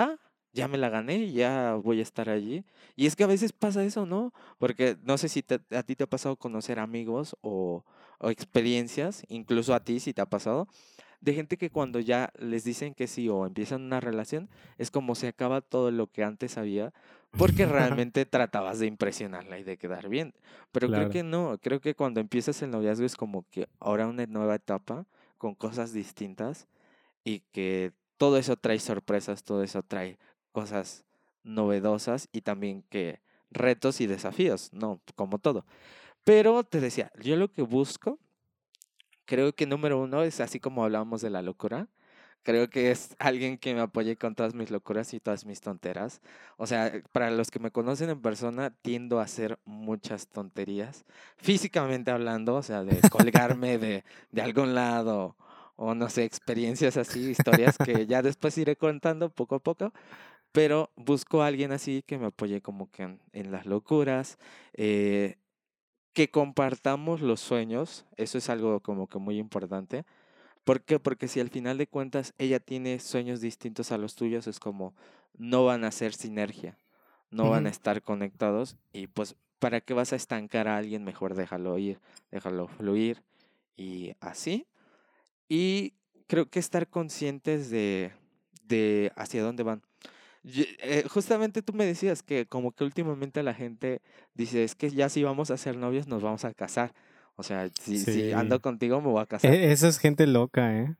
ya me la gané, ya voy a estar allí. Y es que a veces pasa eso, ¿no? Porque no sé si a ti te ha pasado conocer amigos o experiencias, incluso a ti si te ha pasado, de gente que cuando ya les dicen que sí o empiezan una relación, es como se acaba todo lo que antes había, porque realmente tratabas de impresionarla y de quedar bien. Pero creo Claro, que no, creo que cuando empiezas el noviazgo es como que ahora una nueva etapa con cosas distintas y que todo eso trae sorpresas, todo eso trae cosas novedosas y también que retos y desafíos, ¿no? Como todo. Pero te decía, yo lo que busco, creo que número uno es así como hablábamos de la locura. Creo que es alguien que me apoye con todas mis locuras y todas mis tonteras. O sea, para los que me conocen en persona, tiendo a hacer muchas tonterías. Físicamente hablando, o sea, de colgarme de algún lado o no sé, experiencias así, historias que ya después iré contando poco a poco. Pero busco a alguien así que me apoye como que en las locuras. eh, que compartamos los sueños, eso es algo como que muy importante. ¿Por qué? Porque si al final de cuentas ella tiene sueños distintos a los tuyos, es como no van a hacer sinergia, no van a ujú, estar conectados y pues ¿para qué vas a estancar a alguien? Mejor déjalo ir, déjalo fluir y así. Y creo que estar conscientes de hacia dónde van. Justamente tú me decías que como que últimamente la gente dice, es que ya si vamos a ser novios nos vamos a casar. O sea, si ando sí. contigo me voy a casar. Eso es gente loca, ¿eh?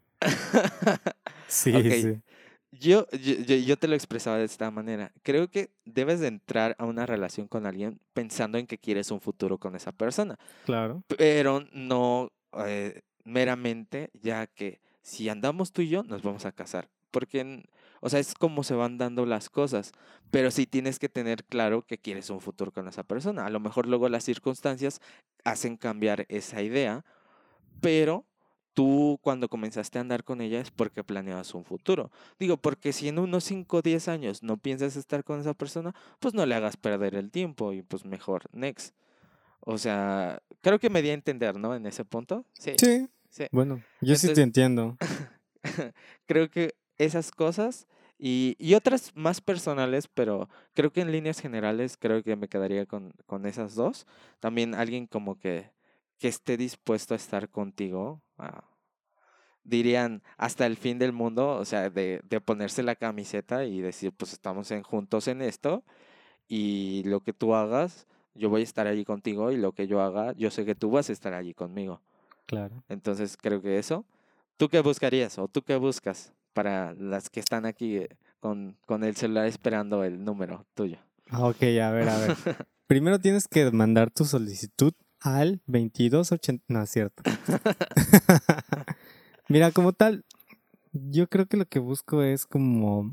Ok, Sí, sí, yo te lo expresaba de esta manera. Creo que debes de entrar a una relación con alguien pensando en que quieres un futuro con esa persona, claro. pero no meramente ya que si andamos tú y yo nos vamos a casar. Porque, o sea, es como se van dando las cosas, pero sí tienes que tener claro que quieres un futuro con esa persona. A lo mejor luego las circunstancias hacen cambiar esa idea, pero tú cuando comenzaste a andar con ella es porque planeabas un futuro. Digo, porque si en unos 5 o 10 años no piensas estar con esa persona, pues no le hagas perder el tiempo y pues mejor, next. O sea, creo que me di a entender, ¿no? En ese punto. Sí, Sí, sí. bueno, yo sí te Entonces, entiendo. creo que esas cosas y otras más personales, pero creo que en líneas generales creo que me quedaría con esas dos. También alguien como que esté dispuesto a estar contigo, dirían hasta el fin del mundo, o sea, de ponerse la camiseta y decir, pues estamos juntos en esto y lo que tú hagas, yo voy a estar allí contigo y lo que yo haga, yo sé que tú vas a estar allí conmigo. Claro. Entonces creo que eso. ¿Tú qué buscarías o tú qué buscas para las que están aquí con el celular esperando el número tuyo? Ok, a ver, a ver. Primero tienes que mandar tu solicitud al 2280. No, es cierto. Mira, como tal, yo creo que lo que busco es como,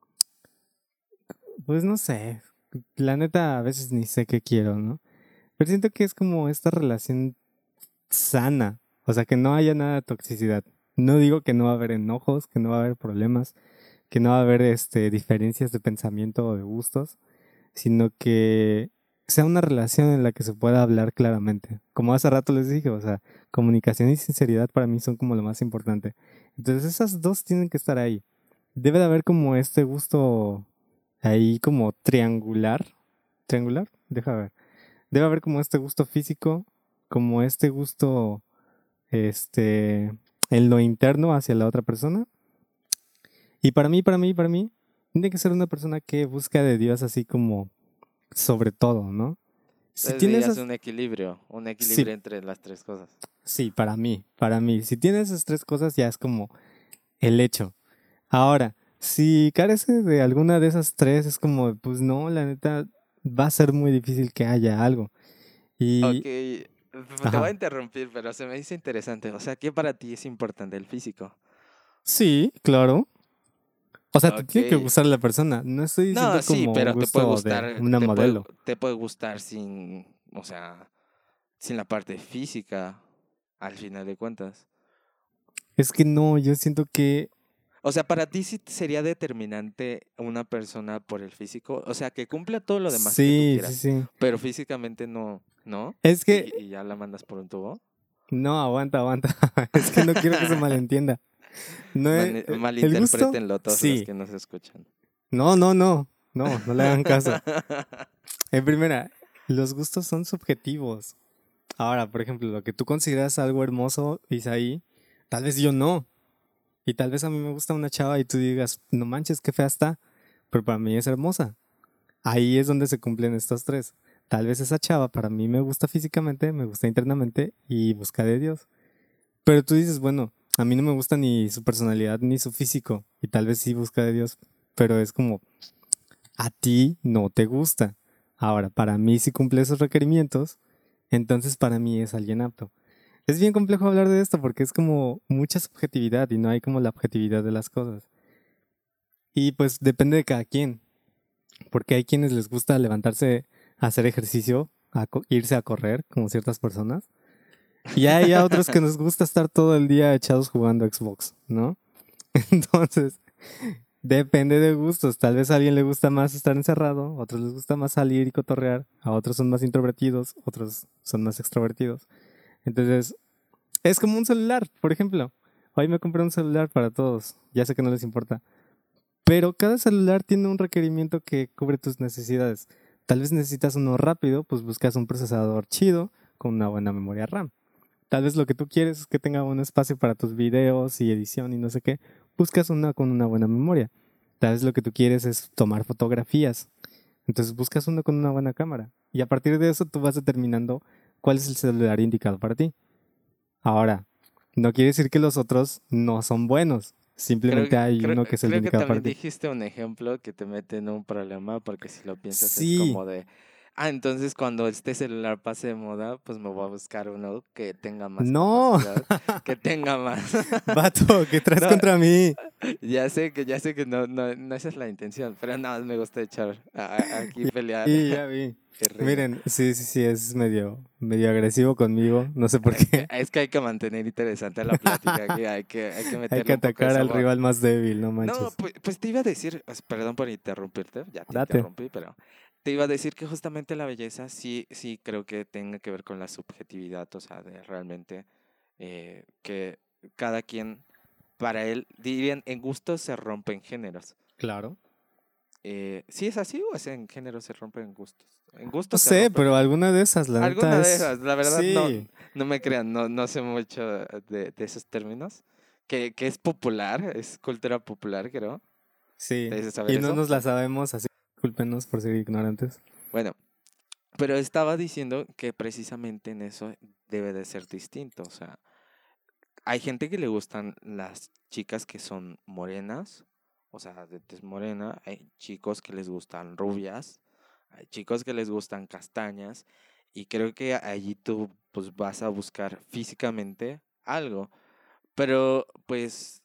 pues no sé, la neta a veces ni sé qué quiero, ¿no? Pero siento que es como esta relación sana, o sea, que no haya nada de toxicidad. No digo que no va a haber enojos, que no va a haber problemas, que no va a haber diferencias de pensamiento o de gustos, sino que sea una relación en la que se pueda hablar claramente. Como hace rato les dije, o sea, comunicación y sinceridad para mí son como lo más importante. Entonces esas dos tienen que estar ahí. Debe de haber como este gusto ahí como triangular. ¿Triangular? Deja ver. Debe haber como este gusto físico, como este gusto, este, en lo interno hacia la otra persona. Y para mí, tiene que ser una persona que busca de Dios así como sobre todo, ¿no? Si Entonces tienes dirías esas, un sí, equilibrio entre las tres cosas. sí, para mí, si tienes esas tres cosas ya es como el hecho. Ahora, si carece de alguna de esas tres, es como, pues no, la neta, va a ser muy difícil que haya algo. Ok, Y, te voy a ajá, interrumpir, pero se me dice interesante. O sea, ¿qué para ti es importante el físico? sí, claro. O sea, te Ok. tiene que gustar la persona. No estoy No, diciendo sí, como un pero te puede gusto de gustar, una modelo. te puede gustar sin, o sea, sin la parte física, al final de cuentas. Es que no, yo siento que O sea, para ti sí sería determinante una persona por el físico, o sea, que cumpla todo lo demás que tú sí, sí, quieras, sí. pero físicamente no, ¿no? Es que, Y ya la mandas por un tubo. no, aguanta, aguanta. Es que no quiero que se malentienda. No, el gusto, Malinterprétenlo todos los sí. que nos escuchan. No, no, no. No, no le hagan caso. En primera, los gustos son subjetivos. Ahora, por ejemplo, lo que tú consideras algo hermoso, Isaí, tal vez yo no. Y tal vez a mí me gusta una chava y tú digas, no manches, qué fea está. Pero para mí es hermosa. Ahí es donde se cumplen estos tres. Tal vez esa chava para mí me gusta físicamente, me gusta internamente y busca de Dios. Pero tú dices, bueno, a mí no me gusta ni su personalidad ni su físico. Y tal vez sí busca de Dios. Pero es como, a ti no te gusta. Ahora, para mí si cumple esos requerimientos, entonces para mí es alguien apto. Es bien complejo hablar de esto porque es como mucha subjetividad y no hay como la objetividad de las cosas. Y pues depende de cada quien, porque hay quienes les gusta levantarse a hacer ejercicio, irse a correr, como ciertas personas. Y hay a otros que nos gusta estar todo el día echados jugando Xbox, ¿no? Entonces, depende de gustos. Tal vez a alguien le gusta más estar encerrado, a otros les gusta más salir y cotorrear, a otros son más introvertidos, otros son más extrovertidos. Entonces, es como un celular, por ejemplo. Hoy me compré un celular para todos. Ya sé que no les importa. Pero cada celular tiene un requerimiento que cubre tus necesidades. Tal vez necesitas uno rápido, pues buscas un procesador chido con una buena memoria RAM. Tal vez lo que tú quieres es que tenga un espacio para tus videos y edición y no sé qué. Buscas una con una buena memoria. Tal vez lo que tú quieres es tomar fotografías. Entonces buscas uno con una buena cámara. Y a partir de eso tú vas determinando cuál es el celular indicado para ti. Ahora, no quiere decir que los otros no son buenos. Creo Simplemente que, hay creo, uno que es el creo que indicado para también ti. dijiste un ejemplo que te mete en un problema, porque si lo piensas es Sí, como de, entonces cuando este celular pase de moda, pues me voy a buscar uno que tenga más no. capacidad, que tenga más. Vato, ¿qué traes No, contra mí? ya sé que no esa es la intención, pero nada más me gusta echar aquí pelear Y ya vi. y reír. Miren, sí, sí, sí, es medio agresivo conmigo. No sé por qué. Es que hay que mantener interesante la plática, que hay que Hay que meterle un poco de atacar al sabor. rival más débil, no No, manches. pues te iba a decir, perdón por interrumpirte, ya te Date. interrumpí, pero te iba a decir que justamente la belleza sí creo que tenga que ver con la subjetividad, o sea, de realmente que cada quien, para él, dirían, en gustos se rompen géneros. Claro. ¿Sí es así o es en géneros se rompen gustos? En No gustos se sé, rompen pero géneros. alguna de esas, la neta Alguna de es... esas, la verdad no, Sí, no me crean, no sé mucho de esos términos. Que es popular, es cultura popular, creo. ¿Te sí. dices saber Y no eso? nos la sabemos, así que discúlpenos por ser ignorantes. Bueno, pero estaba diciendo que precisamente en eso debe de ser distinto. O sea, hay gente que le gustan las chicas que son morenas, o sea, de tez morena. Hay chicos que les gustan rubias, hay chicos que les gustan castañas. Y creo que allí tú pues vas a buscar físicamente algo. Pero pues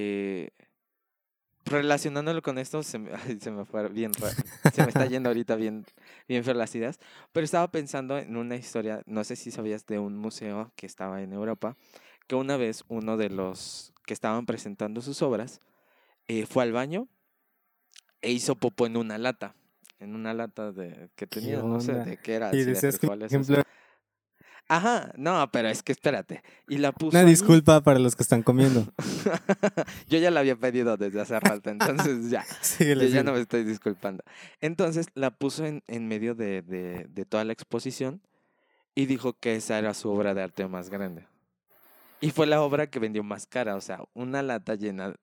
relacionándolo con esto, ay, se me fue bien, se me está yendo ahorita bien feo las ideas, pero estaba pensando en una historia, no sé si sabías de un museo que estaba en Europa, que una vez uno de los que estaban presentando sus obras fue al baño e hizo popó en una lata que ¿Qué tenía, no sé onda? de qué era, Y si de decías que, por frijoles o así. ejemplo, Ajá, no, pero es que espérate, y la una puso allí. disculpa para los que están comiendo. Yo ya la había pedido desde hace rato, entonces ya, yo Síguele, ya no síguele. me estoy disculpando. Entonces la puso en medio de toda la exposición y dijo que esa era su obra de arte más grande. Y fue la obra que vendió más cara, o sea, una lata llena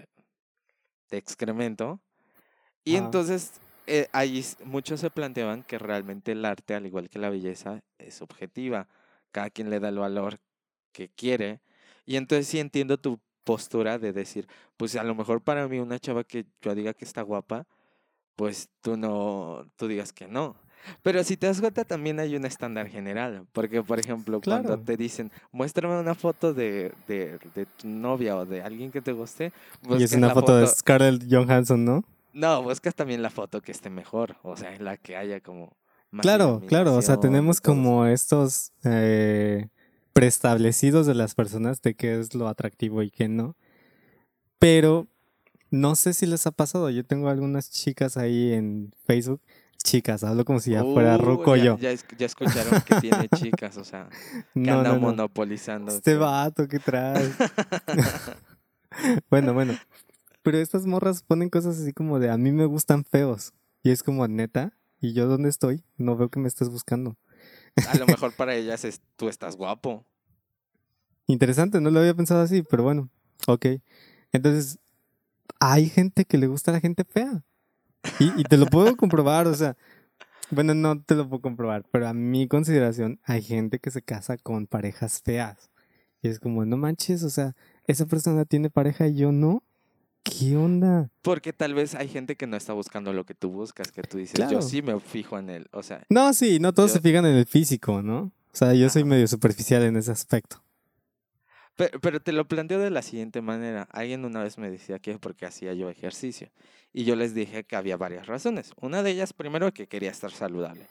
de excremento. Y Ajá. entonces ahí muchos se planteaban que realmente el arte, al igual que la belleza, es subjetiva. Cada quien le da el valor que quiere. Y entonces sí entiendo tu postura de decir, pues a lo mejor para mí una chava que yo diga que está guapa, pues tú no, tú digas que no. Pero si te das cuenta, también hay un estándar general, porque por ejemplo, cuando Claro. te dicen, muéstrame una foto de tu novia o de alguien que te guste, Y es buscas una la foto de foto, Scarlett Johansson, ¿no? no, buscas también la foto que esté mejor, o sea, en la que haya como más Claro, claro. O sea, iluminación y tenemos todo eso. como estos preestablecidos de las personas de qué es lo atractivo y qué no. Pero no sé si les ha pasado. Yo tengo algunas chicas ahí en Facebook. Chicas, hablo como si ya fuera ruco Ya, yo. ya escucharon que tiene chicas, o sea, que No, anda no, no. monopolizando, Este vato, ¿qué traes? Bueno, bueno. Pero estas morras ponen cosas así como de a mí me gustan feos. Y es como neta. ¿Y yo dónde estoy? No veo que me estés buscando. A lo mejor para ellas es tú estás guapo. Interesante, no lo había pensado así, pero bueno. Ok. Entonces, hay gente que le gusta a la gente fea. Y te lo puedo comprobar, o sea. Bueno, no te lo puedo comprobar, pero a mi consideración hay gente que se casa con parejas feas. Y es como, no manches, o sea, esa persona tiene pareja y yo no. ¿Qué onda? Porque tal vez hay gente que no está buscando lo que tú buscas, que tú dices, yo Claro. sí me fijo en él. O sea, No, sí, no todos yo... se fijan en el físico, ¿no? O sea, yo soy Ajá. medio superficial en ese aspecto. Pero te lo planteo de la siguiente manera. Alguien una vez me decía que es porque hacía yo ejercicio. Y yo les dije que había varias razones. Una de ellas, primero, que quería estar saludable.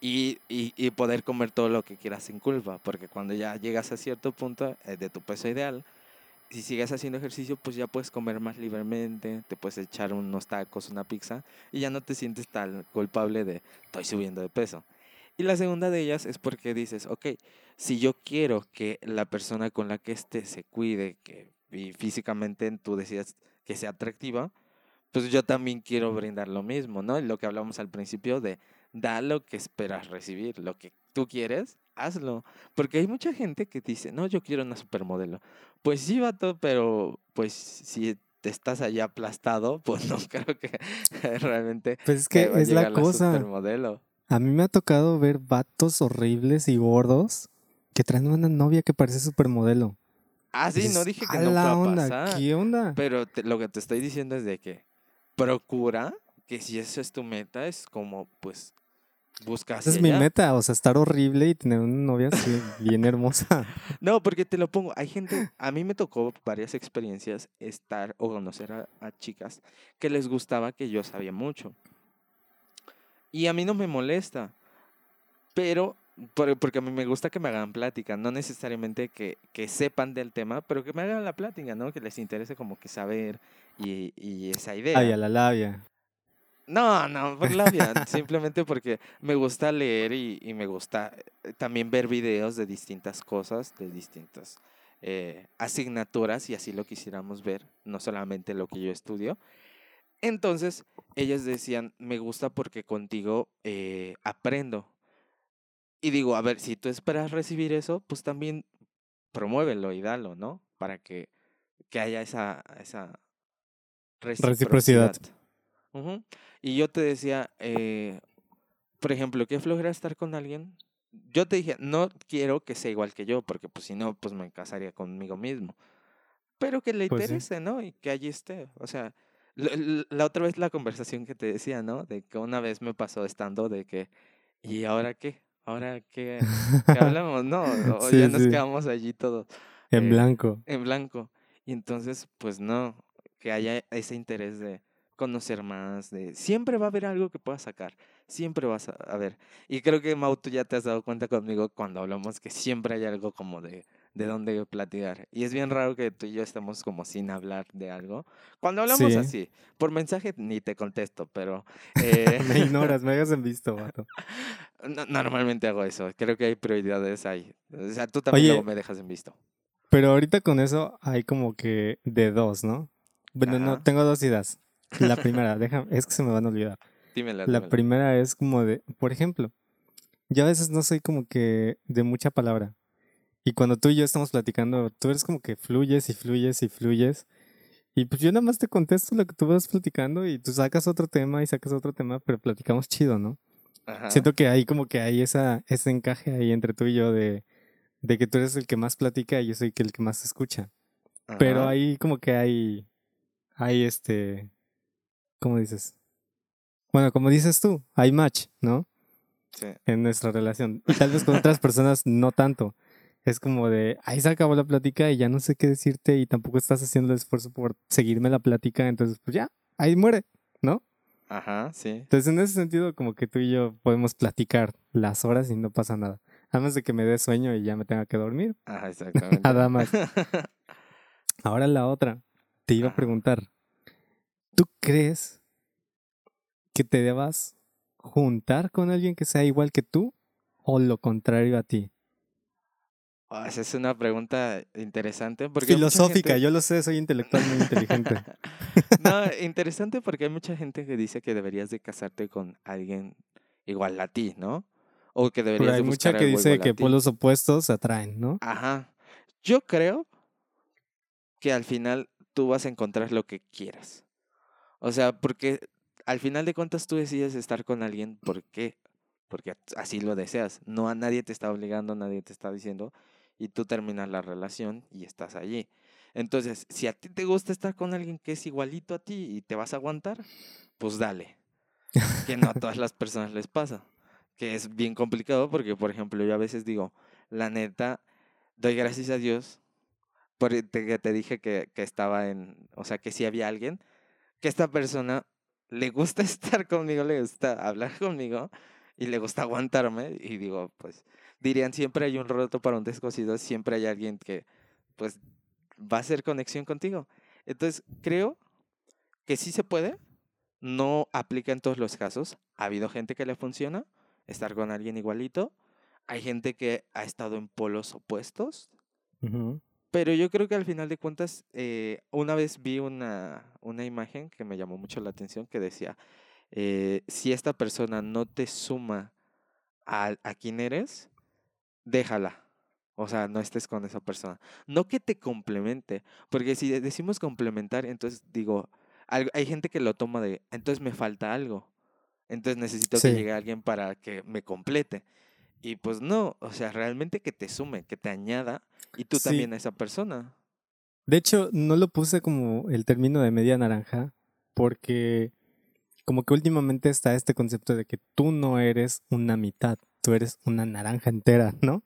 Y poder comer todo lo que quieras sin culpa. Porque cuando ya llegas a cierto punto de tu peso ideal, si sigues haciendo ejercicio, pues ya puedes comer más libremente, te puedes echar unos tacos, una pizza, y ya no te sientes tan culpable de estoy subiendo de peso. Y la segunda de ellas es porque dices, ok, si yo quiero que la persona con la que esté se cuide, que y físicamente tú decías que sea atractiva, pues yo también quiero brindar lo mismo, ¿no? Y lo que hablamos al principio de da lo que esperas recibir, lo que tú quieres, hazlo. Porque hay mucha gente que dice, no, yo quiero una supermodelo. Pues sí, vato, pero pues si te estás allá aplastado, pues no creo que realmente Pues es que va a es la llegar la cosa. supermodelo. A mí me ha tocado ver vatos horribles y gordos que traen una novia que parece supermodelo. Ah, Y sí, no dices, dije que a no la pueda onda, pasar, ¿qué onda? pero lo que te estoy diciendo es de que procura que si esa es tu meta, es como pues busca Esa hacia es mi allá. meta, o sea, estar horrible y tener una novia así bien hermosa. No, porque te lo pongo, hay gente, a mí me tocó varias experiencias estar o conocer a chicas que les gustaba que yo sabía mucho. Y a mí no me molesta, pero porque a mí me gusta que me hagan plática, no necesariamente que sepan del tema, pero que me hagan la plática, ¿no? Que les interese como que saber y esa Ay, idea. a la labia. No, no, por labia, simplemente porque me gusta leer y me gusta también ver videos de distintas cosas, de distintas asignaturas, y así lo quisiéramos ver, no solamente lo que yo estudio. Entonces, ellas decían, me gusta porque contigo aprendo. Y digo, a ver, si tú esperas recibir eso, pues también promuévelo y dalo, ¿no? Para que haya esa Reciprocidad. reciprocidad. Ujú. Y yo te decía, por ejemplo, qué flojera estar con alguien. Yo te dije, no quiero que sea igual que yo, porque pues si no, pues me casaría conmigo mismo. Pero que le Pues sí. interese, ¿no? Y que allí esté. O sea, la otra vez la conversación que te decía, ¿no? De que una vez me pasó estando de que, ¿y ahora qué? ¿Ahora qué hablamos? No, o ya Sí, nos sí. quedamos allí todos En blanco. en blanco. Y entonces, pues no, que haya ese interés de conocer más, de siempre va a haber algo que puedas sacar, siempre vas a ver. Y creo que Mau, tú ya te has dado cuenta conmigo cuando hablamos que siempre hay algo como de dónde platicar. Y es bien raro que tú y yo estemos como sin hablar de algo. Cuando hablamos Sí. así, por mensaje ni te contesto, pero Me ignoras, me hagas en visto, vato. normalmente hago eso. Creo que hay prioridades ahí. O sea, tú también luego Oye, me dejas en visto. pero ahorita con eso hay como que de dos, ¿no? Bueno, no, Ajá. tengo dos ideas. La primera, es que se me van a olvidar. Dímela, La dímela. primera es como de, por ejemplo, yo a veces no soy como que de mucha palabra. Y cuando tú y yo estamos platicando, tú eres como que fluyes y fluyes y fluyes. Y pues yo nada más te contesto lo que tú vas platicando y tú sacas otro tema y sacas otro tema, pero platicamos chido, ¿no? Ajá. Siento que hay como que hay ese encaje ahí entre tú y yo de que tú eres el que más platica y yo soy el que más escucha. Pero Ajá. ahí como que hay ¿cómo dices? Bueno, como dices tú, hay match, ¿no? Sí. En nuestra relación. Y tal vez con otras personas no tanto. Es como de, ahí se acabó la plática y ya no sé qué decirte y tampoco estás haciendo el esfuerzo por seguirme la plática, entonces pues ya, ahí muere, ¿no? Ajá, sí. Entonces en ese sentido como que tú y yo podemos platicar las horas y no pasa nada. Además de que me dé sueño y ya me tenga que dormir, Ajá, exactamente. nada más. Ahora la otra, te iba a Ajá. preguntar, ¿tú crees que te debas juntar con alguien que sea igual que tú o lo contrario a ti? Esa es una pregunta interesante porque hay mucha Filosófica, gente... yo lo sé, soy intelectual muy inteligente. No, interesante porque hay mucha gente que dice que deberías de casarte con alguien igual a ti, ¿no? O que Pero deberías hay de mucha buscar que algo dice igual a que ti. polos opuestos se atraen, ¿no? Ajá. Yo creo que al final tú vas a encontrar lo que quieras. O sea, porque al final de cuentas tú decides estar con alguien, ¿por qué? Porque así lo deseas. No a nadie te está obligando, nadie te está diciendo, y tú terminas la relación y estás allí. Entonces, si a ti te gusta estar con alguien que es igualito a ti y te vas a aguantar, pues dale. Que no a todas las personas les pasa. Que es bien complicado porque, por ejemplo, yo a veces digo, la neta, doy gracias a Dios que te dije que estaba en, o sea, que si había alguien que esta persona le gusta estar conmigo, le gusta hablar conmigo y le gusta aguantarme. Y digo, pues, dirían, siempre hay un roto para un descosido, siempre hay alguien que, pues, va a hacer conexión contigo. Entonces, creo que sí se puede, no aplica en todos los casos. Ha habido gente que le funciona estar con alguien igualito, hay gente que ha estado en polos opuestos, Ujú. pero yo creo que al final de cuentas, una vez vi una imagen que me llamó mucho la atención que decía, si esta persona no te suma a quien eres, déjala. O sea, no estés con esa persona. No que te complemente, porque si decimos complementar, entonces digo, hay gente que lo toma de, entonces me falta algo, entonces necesito que Sí, llegue alguien para que me complete. Y pues no, o sea, realmente que te sume, que te añada y tú sí. también a esa persona. De hecho, no lo puse como el término de media naranja porque como que últimamente está este concepto de que tú no eres una mitad, tú eres una naranja entera, ¿no?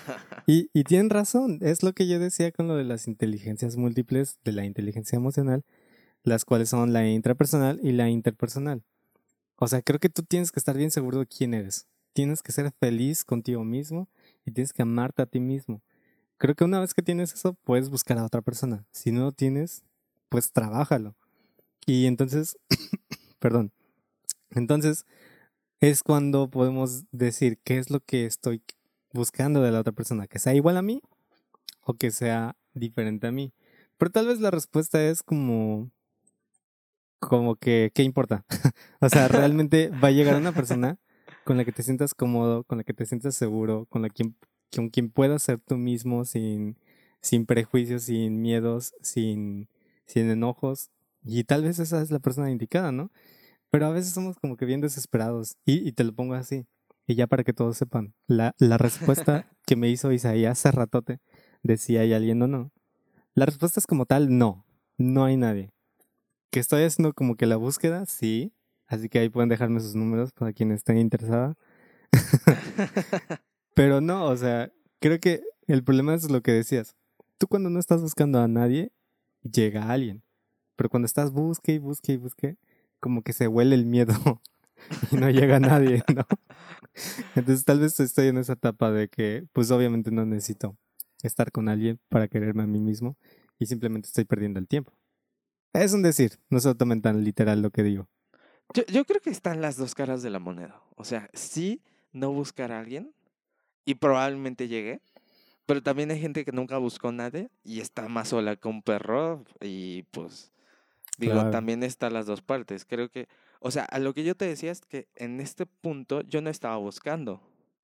Y tienen razón, es lo que yo decía con lo de las inteligencias múltiples, de la inteligencia emocional, las cuales son la intrapersonal y la interpersonal. O sea, creo que tú tienes que estar bien seguro de quién eres. Tienes que ser feliz contigo mismo y tienes que amarte a ti mismo. Creo que una vez que tienes eso, puedes buscar a otra persona. Si no lo tienes, pues trabájalo. Y entonces, perdón, entonces es cuando podemos decir qué es lo que estoy buscando de la otra persona, que sea igual a mí o que sea diferente a mí. Pero tal vez la respuesta es como que, ¿qué importa? O sea, realmente va a llegar una persona con la que te sientas cómodo, con la que te sientas seguro, con quien puedas ser tú mismo sin prejuicios, sin miedos, sin enojos. Y tal vez esa es la persona indicada, ¿no? Pero a veces somos como que bien desesperados. Y te lo pongo así. Y ya para que todos sepan, la respuesta que me hizo Isaías hace ratote de si hay alguien o no. La respuesta es como tal, no. No hay nadie. Que estoy haciendo como que la búsqueda, sí. Así que ahí pueden dejarme sus números para quien esté interesada. Pero no, o sea, creo que el problema es lo que decías. Tú cuando no estás buscando a nadie, llega alguien. Pero cuando estás busque y busque y busque, como que se huele el miedo y no llega nadie, ¿no? Entonces tal vez estoy en esa etapa de que, pues obviamente no necesito estar con alguien para quererme a mí mismo y simplemente estoy perdiendo el tiempo. Es un decir, no se lo tomen tan literal lo que digo. Yo creo que están las dos caras de la moneda. O sea, sí, no buscar a alguien y probablemente llegue, pero también hay gente que nunca buscó a nadie y está más sola que un perro y pues digo, Claro. también están las dos partes. Creo que, o sea, a lo que yo te decía es que en este punto yo no estaba buscando,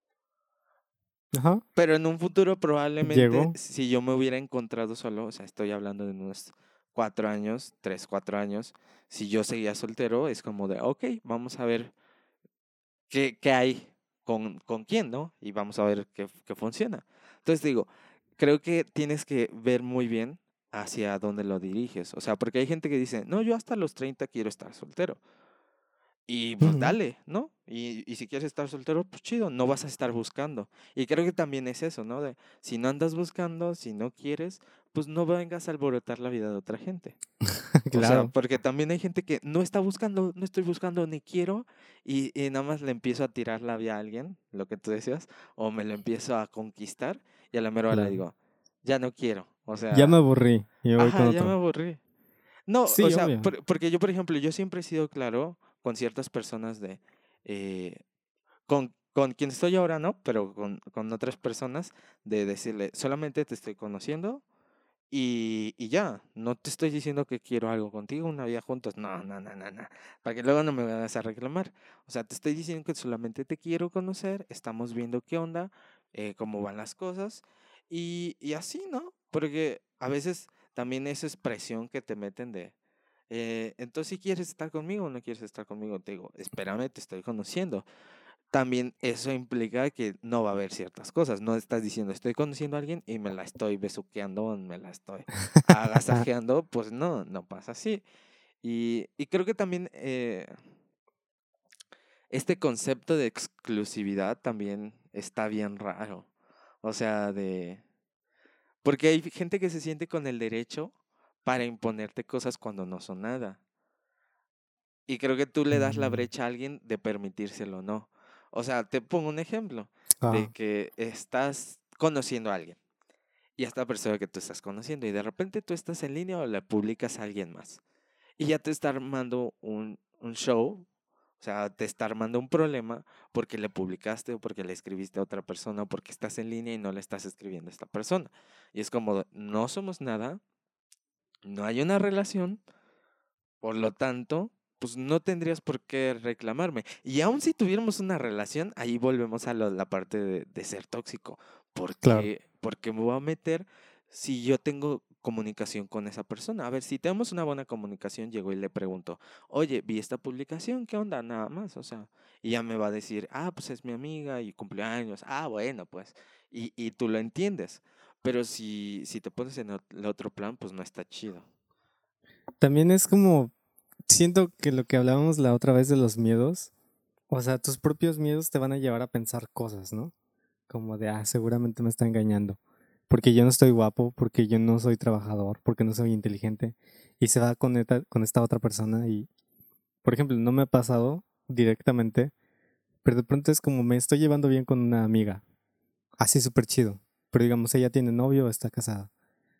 Ajá. pero en un futuro probablemente Llegó. si yo me hubiera encontrado solo, o sea, estoy hablando de unos 4 años, 3, 4 años, si yo seguía soltero, es como de, ok, vamos a ver qué hay con quién, ¿no? Y vamos a ver qué funciona. Entonces digo, creo que tienes que ver muy bien hacia dónde lo diriges. O sea, porque hay gente que dice, no, yo hasta los 30 quiero estar soltero. Y pues Ujú. dale, ¿no? Y si quieres estar soltero, pues chido, no vas a estar buscando. Y creo que también es eso, ¿no? De si no andas buscando, si no quieres, pues no vengas a alborotar la vida de otra gente. O sea, Claro. porque también hay gente que no está buscando, no estoy buscando ni quiero, y nada más le empiezo a tirar la vía a alguien, lo que tú decías, o me lo empiezo a conquistar, y a la mera hora le Claro. digo, ya no quiero. O Ya me sea, aburrí y me voy con ajá, ya me otro. aburrí. No, o Sí, sea, obvio. porque yo, por ejemplo, yo siempre he sido claro con ciertas personas de, eh, con quien estoy ahora no, pero con otras personas, de decirle, solamente te estoy conociendo y ya, no te estoy diciendo que quiero algo contigo, una vida juntos, no, no, no, no, no, para que luego no me vayas a reclamar. O sea, te estoy diciendo que solamente te quiero conocer, estamos viendo qué onda, cómo van las cosas y así, ¿no? Porque a veces también esa expresión que te meten de, entonces si quieres estar conmigo o no quieres estar conmigo, te digo, espérame, te estoy conociendo. También eso implica que no va a haber ciertas cosas. No estás diciendo, estoy conociendo a alguien y me la estoy besuqueando o me la estoy agasajeando. Pues no, no pasa así. Y creo que también este concepto de exclusividad también está bien raro. O sea, porque hay gente que se siente con el derecho para imponerte cosas cuando no son nada. Y creo que tú le das la Mm, brecha a alguien de permitírselo o no. O sea, te pongo un ejemplo de ah, que estás conociendo a alguien y a esta persona que tú estás conociendo y de repente tú estás en línea o le publicas a alguien más y ya te está armando un show, o sea, te está armando un problema porque le publicaste o porque le escribiste a otra persona o porque estás en línea y no le estás escribiendo a esta persona. Y es como, no somos nada, no hay una relación, por lo tanto, pues no tendrías por qué reclamarme. Y aun si tuviéramos una relación, ahí volvemos a la parte de ser tóxico. claro. Porque me voy a meter si yo tengo comunicación con esa persona? A ver, si tenemos una buena comunicación, llego y le pregunto, oye, vi esta publicación, ¿qué onda? Nada más, o sea, y ya me va a decir, ah, pues es mi amiga y cumpleaños, ah, bueno, pues, y tú lo entiendes. Pero si te pones en el otro plan, pues no está chido. También es como, siento que lo que hablábamos la otra vez de los miedos, o sea, tus propios miedos te van a llevar a pensar cosas, ¿no? Como de, ah, seguramente me está engañando, porque yo no estoy guapo, porque yo no soy trabajador, porque no soy inteligente, y se va con esta otra persona y, por ejemplo, no me ha pasado directamente, pero de pronto es como me estoy llevando bien con una amiga, así súper chido, pero digamos, ella tiene novio o está casada.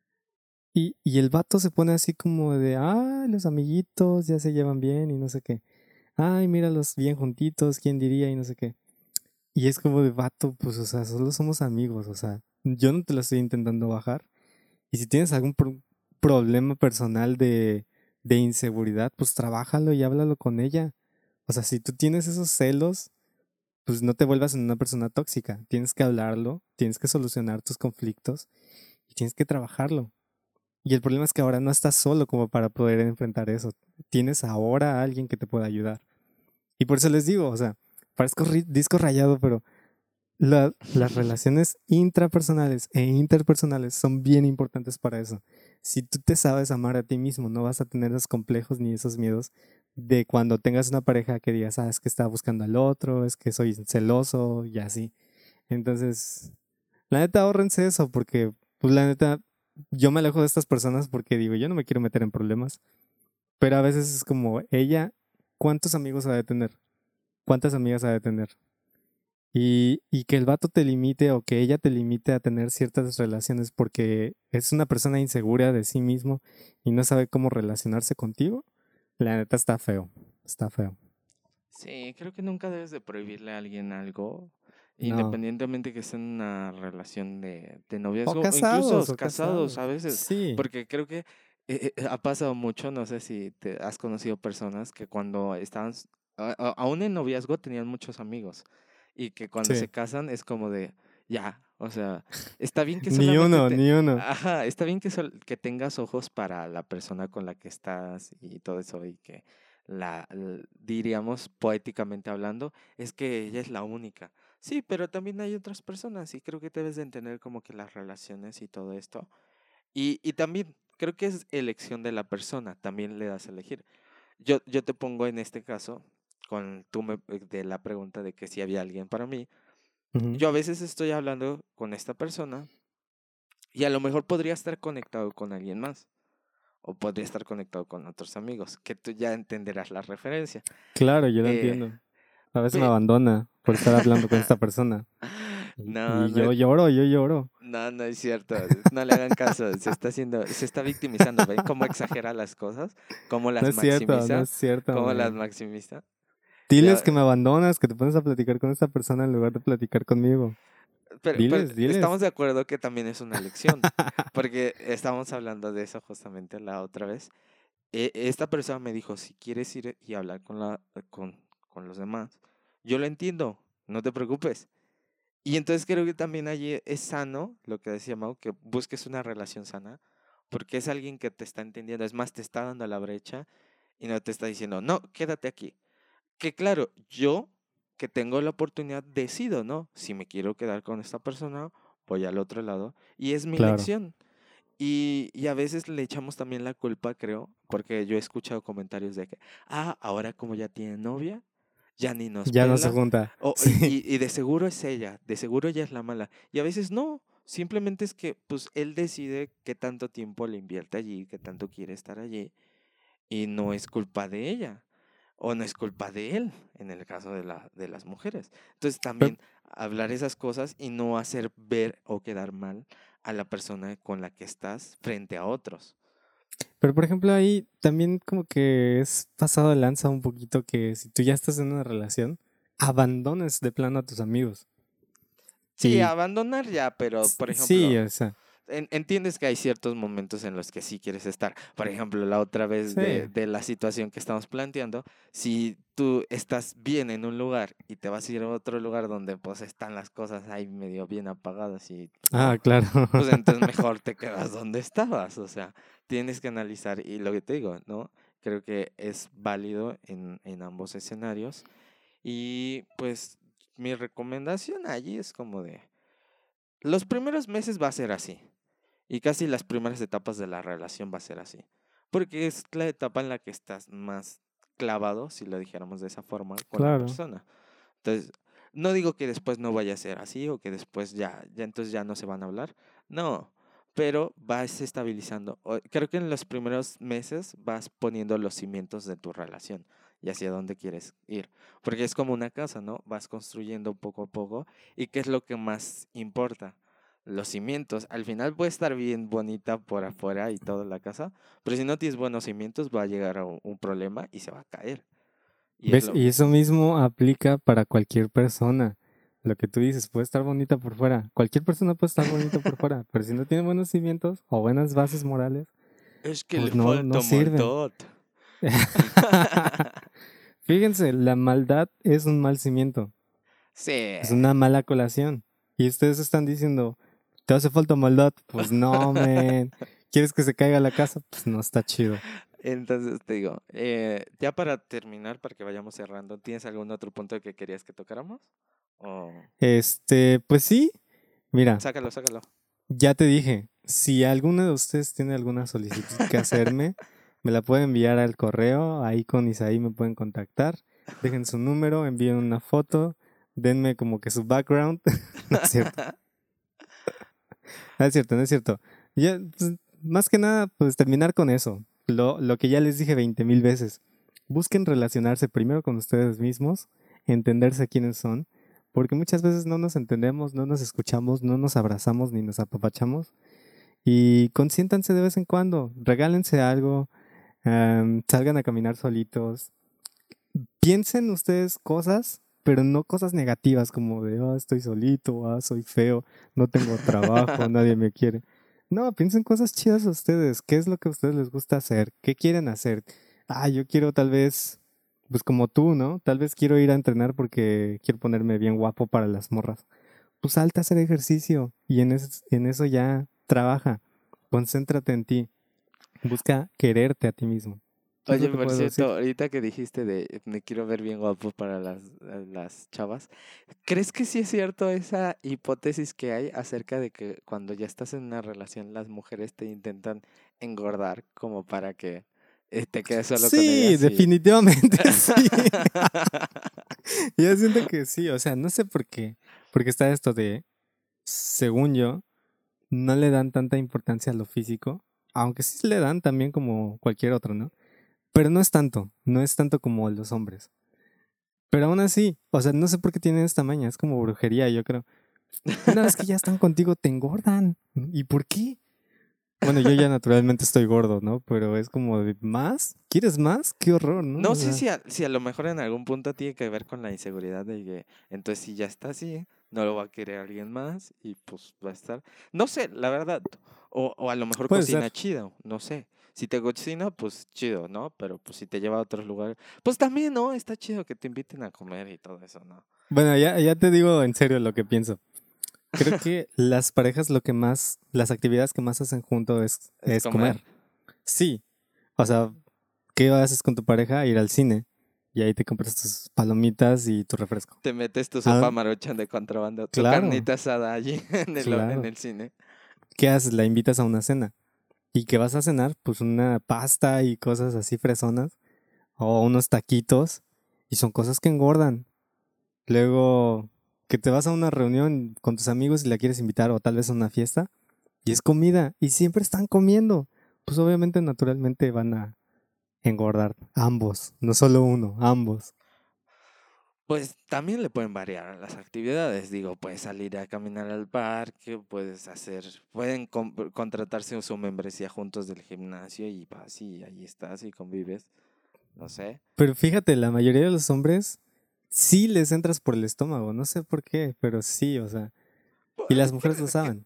Y el vato se pone así como de, ah, los amiguitos ya se llevan bien y no sé qué. Ay, míralos bien juntitos, ¿quién diría? Y no sé qué. Y es como de vato, pues, o sea, solo somos amigos, o sea, yo no te lo estoy intentando bajar. Y si tienes algún problema personal de inseguridad, pues trabájalo y háblalo con ella. O sea, si tú tienes esos celos, pues no te vuelvas en una persona tóxica. Tienes que hablarlo, tienes que solucionar tus conflictos y tienes que trabajarlo. Y el problema es que ahora no estás solo como para poder enfrentar eso. Tienes ahora a alguien que te pueda ayudar. Y por eso les digo, o sea, parezco disco rayado, pero las relaciones intrapersonales e interpersonales son bien importantes para eso. Si tú te sabes amar a ti mismo, no vas a tener esos complejos ni esos miedos de cuando tengas una pareja que digas, ah, es que está buscando al otro, es que soy celoso y así. Entonces, la neta, ahórrense eso porque, pues la neta, yo me alejo de estas personas porque digo, yo no me quiero meter en problemas, pero a veces es como, ella, ¿cuántos amigos ha de tener? ¿Cuántas amigas ha de tener? Y que el vato te limite o que ella te limite a tener ciertas relaciones porque es una persona insegura de sí mismo y no sabe cómo relacionarse contigo, la neta está feo, está feo. Sí, creo que nunca debes de prohibirle a alguien algo, No. independientemente que sea en una relación de O noviazgo o incluso casados, o casados casados. a veces, Sí, porque creo que ha pasado mucho, no sé si te has conocido personas que cuando estaban, aún en noviazgo tenían muchos amigos y que cuando se sí. casan es como de, ya, o sea, está bien que Ni solamente uno, ni uno. ajá, está bien que, que tengas ojos para la persona con la que estás y todo eso y que diríamos poéticamente hablando, es que ella es la única. Sí, pero también hay otras personas y creo que debes de entender como que las relaciones y todo esto. Y también creo que es elección de la persona, también le das a elegir. Yo te pongo en este caso, con de la pregunta de que si había alguien para mí, Ujú. yo a veces estoy hablando con esta persona y a lo mejor podría estar conectado con alguien más. O podría estar conectado con otros amigos, que tú ya entenderás la referencia. Claro, yo lo Eh, entiendo. A veces me pe- abandona por estar hablando con esta persona. No, Y yo lloro, yo lloro. no, no es cierto. No le hagan caso. Se está victimizando. ¿Ven cómo exagera las cosas? ¿Cómo No las es cierto, no maximiza? es cierto, ¿Cómo las hombre. maximiza? Diles Ya, que me abandonas, que te pones a platicar con esta persona en lugar de platicar conmigo. pero Diles. estamos de acuerdo que también es una lección, porque estamos hablando de eso justamente la otra vez. Esta persona me dijo, si quieres ir y hablar con los demás, yo lo entiendo, no te preocupes. Y entonces creo que también allí es sano, lo que decía Mau, que busques una relación sana, porque es alguien que te está entendiendo, es más, te está dando la brecha y no te está diciendo, no, quédate aquí. Que claro, yo que tengo la oportunidad decido, ¿no? Si me quiero quedar con esta persona, voy al otro lado y es mi Claro. lección. Y a veces le echamos también la culpa, creo, porque yo he escuchado comentarios de que, ahora como ya tiene novia, ya ni nos Ya no se pela, junta. o, Sí. y de seguro es ella, de seguro ella es la mala. Y a veces no, simplemente es que pues él decide qué tanto tiempo le invierte allí, qué tanto quiere estar allí, y no es culpa de ella, o no es culpa de él, en el caso de las mujeres. Entonces Pero, también hablar esas cosas y no hacer ver o quedar mal a la persona con la que estás frente a otros. pero, por ejemplo, ahí también como que es pasado de lanza un poquito que si tú ya estás en una relación, abandones de plano a tus amigos. Sí, Y abandonar ya, pero por sí, ejemplo, o sea, entiendes que hay ciertos momentos en los que sí quieres estar. Por ejemplo, la otra vez sí. de la situación que estamos planteando, si tú estás bien en un lugar y te vas a ir a otro lugar donde pues están las cosas ahí medio bien apagadas y no, Ah, claro. pues entonces mejor te quedas donde estabas. O sea, tienes que analizar y lo que te digo, ¿no? Creo que es válido en ambos escenarios. Y pues mi recomendación allí es como de, los primeros meses va a ser así. Y casi las primeras etapas de la relación va a ser así. Porque es la etapa en la que estás más clavado, si lo dijéramos de esa forma, con la Claro. persona. Entonces, no digo que después no vaya a ser así o que después ya entonces ya no se van a hablar. No, pero vas estabilizando. Creo que en los primeros meses vas poniendo los cimientos de tu relación y hacia dónde quieres ir. Porque es como una casa, ¿no? Vas construyendo poco a poco. ¿Y qué es lo que más importa? Los cimientos. Al final puede estar bien bonita por afuera y toda la casa, pero si no tienes buenos cimientos va a llegar a un problema y se va a caer. Y es ¿Ves? lo Y eso mismo. mismo aplica para cualquier persona. Lo que tú dices, puede estar bonita por fuera. Cualquier persona puede estar bonita por fuera, pero si no tiene buenos cimientos o buenas bases morales, Es que pues le no falta sirven. maldad. Fíjense, la maldad es un mal cimiento, Sí. es una mala colación. Y ustedes están diciendo, ¿te hace falta maldad? Pues no, men. ¿Quieres que se caiga la casa? Pues no está chido. Entonces te digo, ya para terminar, para que vayamos cerrando, ¿tienes algún otro punto que querías que tocáramos? O Pues sí, mira, sácalo, sácalo. ya te dije, si alguno de ustedes tiene alguna solicitud que hacerme, me la puede enviar al correo, ahí con Isaí me pueden contactar, dejen su número, envíen una foto, denme como que su background. No es cierto, no es cierto, no es cierto. Ya, pues, más que nada, pues terminar con eso, lo que ya les dije 20,000 veces. Busquen relacionarse primero con ustedes mismos, entenderse quiénes son, porque muchas veces no nos entendemos, no nos escuchamos, no nos abrazamos ni nos apapachamos. Y consiéntanse de vez en cuando, regálense algo, salgan a caminar solitos. Piensen ustedes cosas, pero no cosas negativas como de, estoy solito, soy feo, no tengo trabajo, nadie me quiere. No, piensen cosas chidas a ustedes. ¿Qué es lo que a ustedes les gusta hacer? ¿Qué quieren hacer? Yo quiero tal vez, pues como tú, ¿no? Tal vez quiero ir a entrenar porque quiero ponerme bien guapo para las morras. Pues salte a hacer ejercicio y en eso ya trabaja. Concéntrate en ti. Busca quererte a ti mismo. Es lo Oye, que por puedo cierto, decir. ahorita que dijiste de me quiero ver bien guapo para las chavas, ¿crees que sí es cierto esa hipótesis que hay acerca de que cuando ya estás en una relación las mujeres te intentan engordar como para que te quedes solo con Sí, ellas y... definitivamente sí. Yo siento que sí, o sea, no sé por qué. Porque está esto de, según yo, no le dan tanta importancia a lo físico, aunque sí le dan también como cualquier otro, ¿no? Pero no es tanto, no es tanto como los hombres. Pero aún así, o sea, no sé por qué tienen esta maña, es como brujería, yo creo. Una vez que ya están contigo, te engordan. ¿Y por qué? Bueno, yo ya naturalmente estoy gordo, ¿no? Pero es como de, ¿más? ¿Quieres más? Qué horror, ¿no? No O sé sea, si a lo mejor en algún punto tiene que ver con la inseguridad de que entonces si ya está así, no lo va a querer alguien más y pues va a estar. No sé, la verdad. O a lo mejor puede ser. cocina chido, no sé. Si te cocina, pues chido, ¿no? Pero pues si te lleva a otros lugares, pues también, ¿no? Está chido que te inviten a comer y todo eso, ¿no? Bueno, ya te digo en serio lo que pienso. Creo que las parejas lo que más, las actividades que más hacen juntos Es es comer. comer. Sí. O sea, ¿qué haces con tu pareja? Ir al cine. Y ahí te compras tus palomitas y tu refresco. Te metes tu sopa Ah, maruchan de contrabando, tu claro, carnita asada allí en claro. el cine. ¿Qué haces? La invitas a una cena. ¿Y qué vas a cenar? Pues una pasta y cosas así fresonas. O unos taquitos. Y son cosas que engordan. Luego, que te vas a una reunión con tus amigos y la quieres invitar o tal vez a una fiesta. Y es comida. Y siempre están comiendo. Pues obviamente, naturalmente van a engordar. Ambos. No solo uno, ambos. Pues también le pueden variar las actividades, digo, puedes salir a caminar al parque, pueden contratarse su membresía juntos del gimnasio y vas y ahí estás y convives, no sé. Pero fíjate, la mayoría de los hombres sí les entras por el estómago. No sé por qué, pero sí, o sea. Y las mujeres lo saben.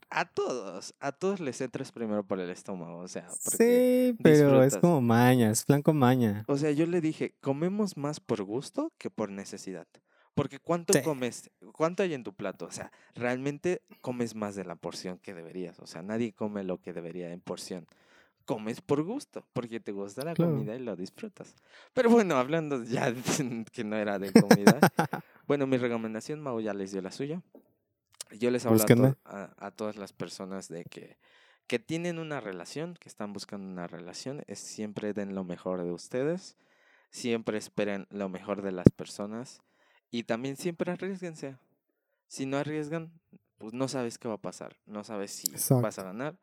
A todos les entras primero por el estómago, o sea, porque Sí, pero es disfrutas. como maña, es plan con maña. O sea, yo le dije, comemos más por gusto que por necesidad. Porque ¿cuánto Sí, comes? ¿Cuánto hay en tu plato? O sea, realmente comes más de la porción que deberías. O sea, nadie come lo que debería en porción. Comes por gusto, porque te gusta la claro. comida y lo disfrutas. Pero bueno, hablando ya que no era de comida. Bueno, mi recomendación, Mau ya les dio la suya. Yo les hablo Búsquenme. a todas las personas de que tienen una relación, que están buscando una relación, es siempre den lo mejor de ustedes, siempre esperen lo mejor de las personas y también siempre arriesguense. Si no arriesgan, pues no sabes qué va a pasar, no sabes si vas a Exacto. ganar.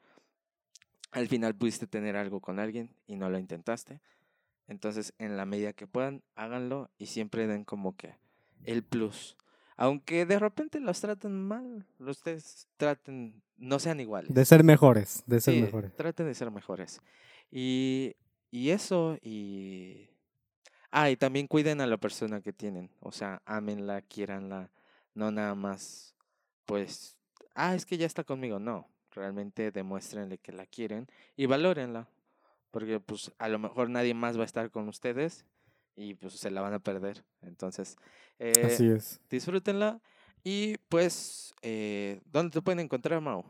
Al final pudiste tener algo con alguien y no lo intentaste. Entonces, en la medida que puedan, háganlo y siempre den como que el plus. Aunque de repente los traten mal, ustedes traten, no sean De iguales. ser mejores, de ser Sí, mejores. traten de ser mejores. Y, y eso, y... Ah, y también cuiden a la persona que tienen. O sea, ámenla, quiéranla. No nada más, pues, es que ya está conmigo. No, realmente demuéstrenle que la quieren y valórenla. Porque pues a lo mejor nadie más va a estar con ustedes y pues se la van a perder. Entonces, eh, Así es. disfrútenla. Y pues, ¿dónde te pueden encontrar, Mau?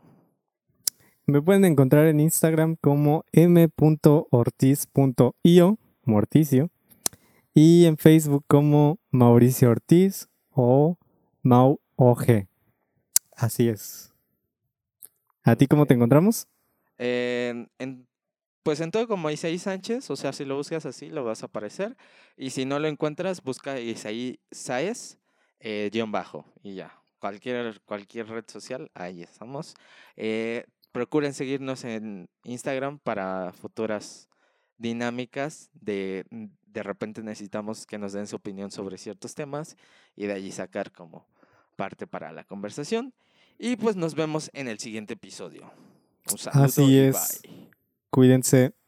Me pueden encontrar en Instagram como m.ortiz.io, Morticio, y en Facebook como Mauricio Ortiz o MauOG. Así es. ¿A ti cómo te Ok. encontramos? En Pues en todo como Isaí Sánchez, o sea, si lo buscas así, lo vas a aparecer. Y si no lo encuentras, busca Isaí Sáez, guión bajo, y ya. Cualquier red social, ahí estamos. Procuren seguirnos en Instagram para futuras dinámicas de repente necesitamos que nos den su opinión sobre ciertos temas y de allí sacar como parte para la conversación. Y pues nos vemos en el siguiente episodio. Un saludo Así y es. bye. Cuídense.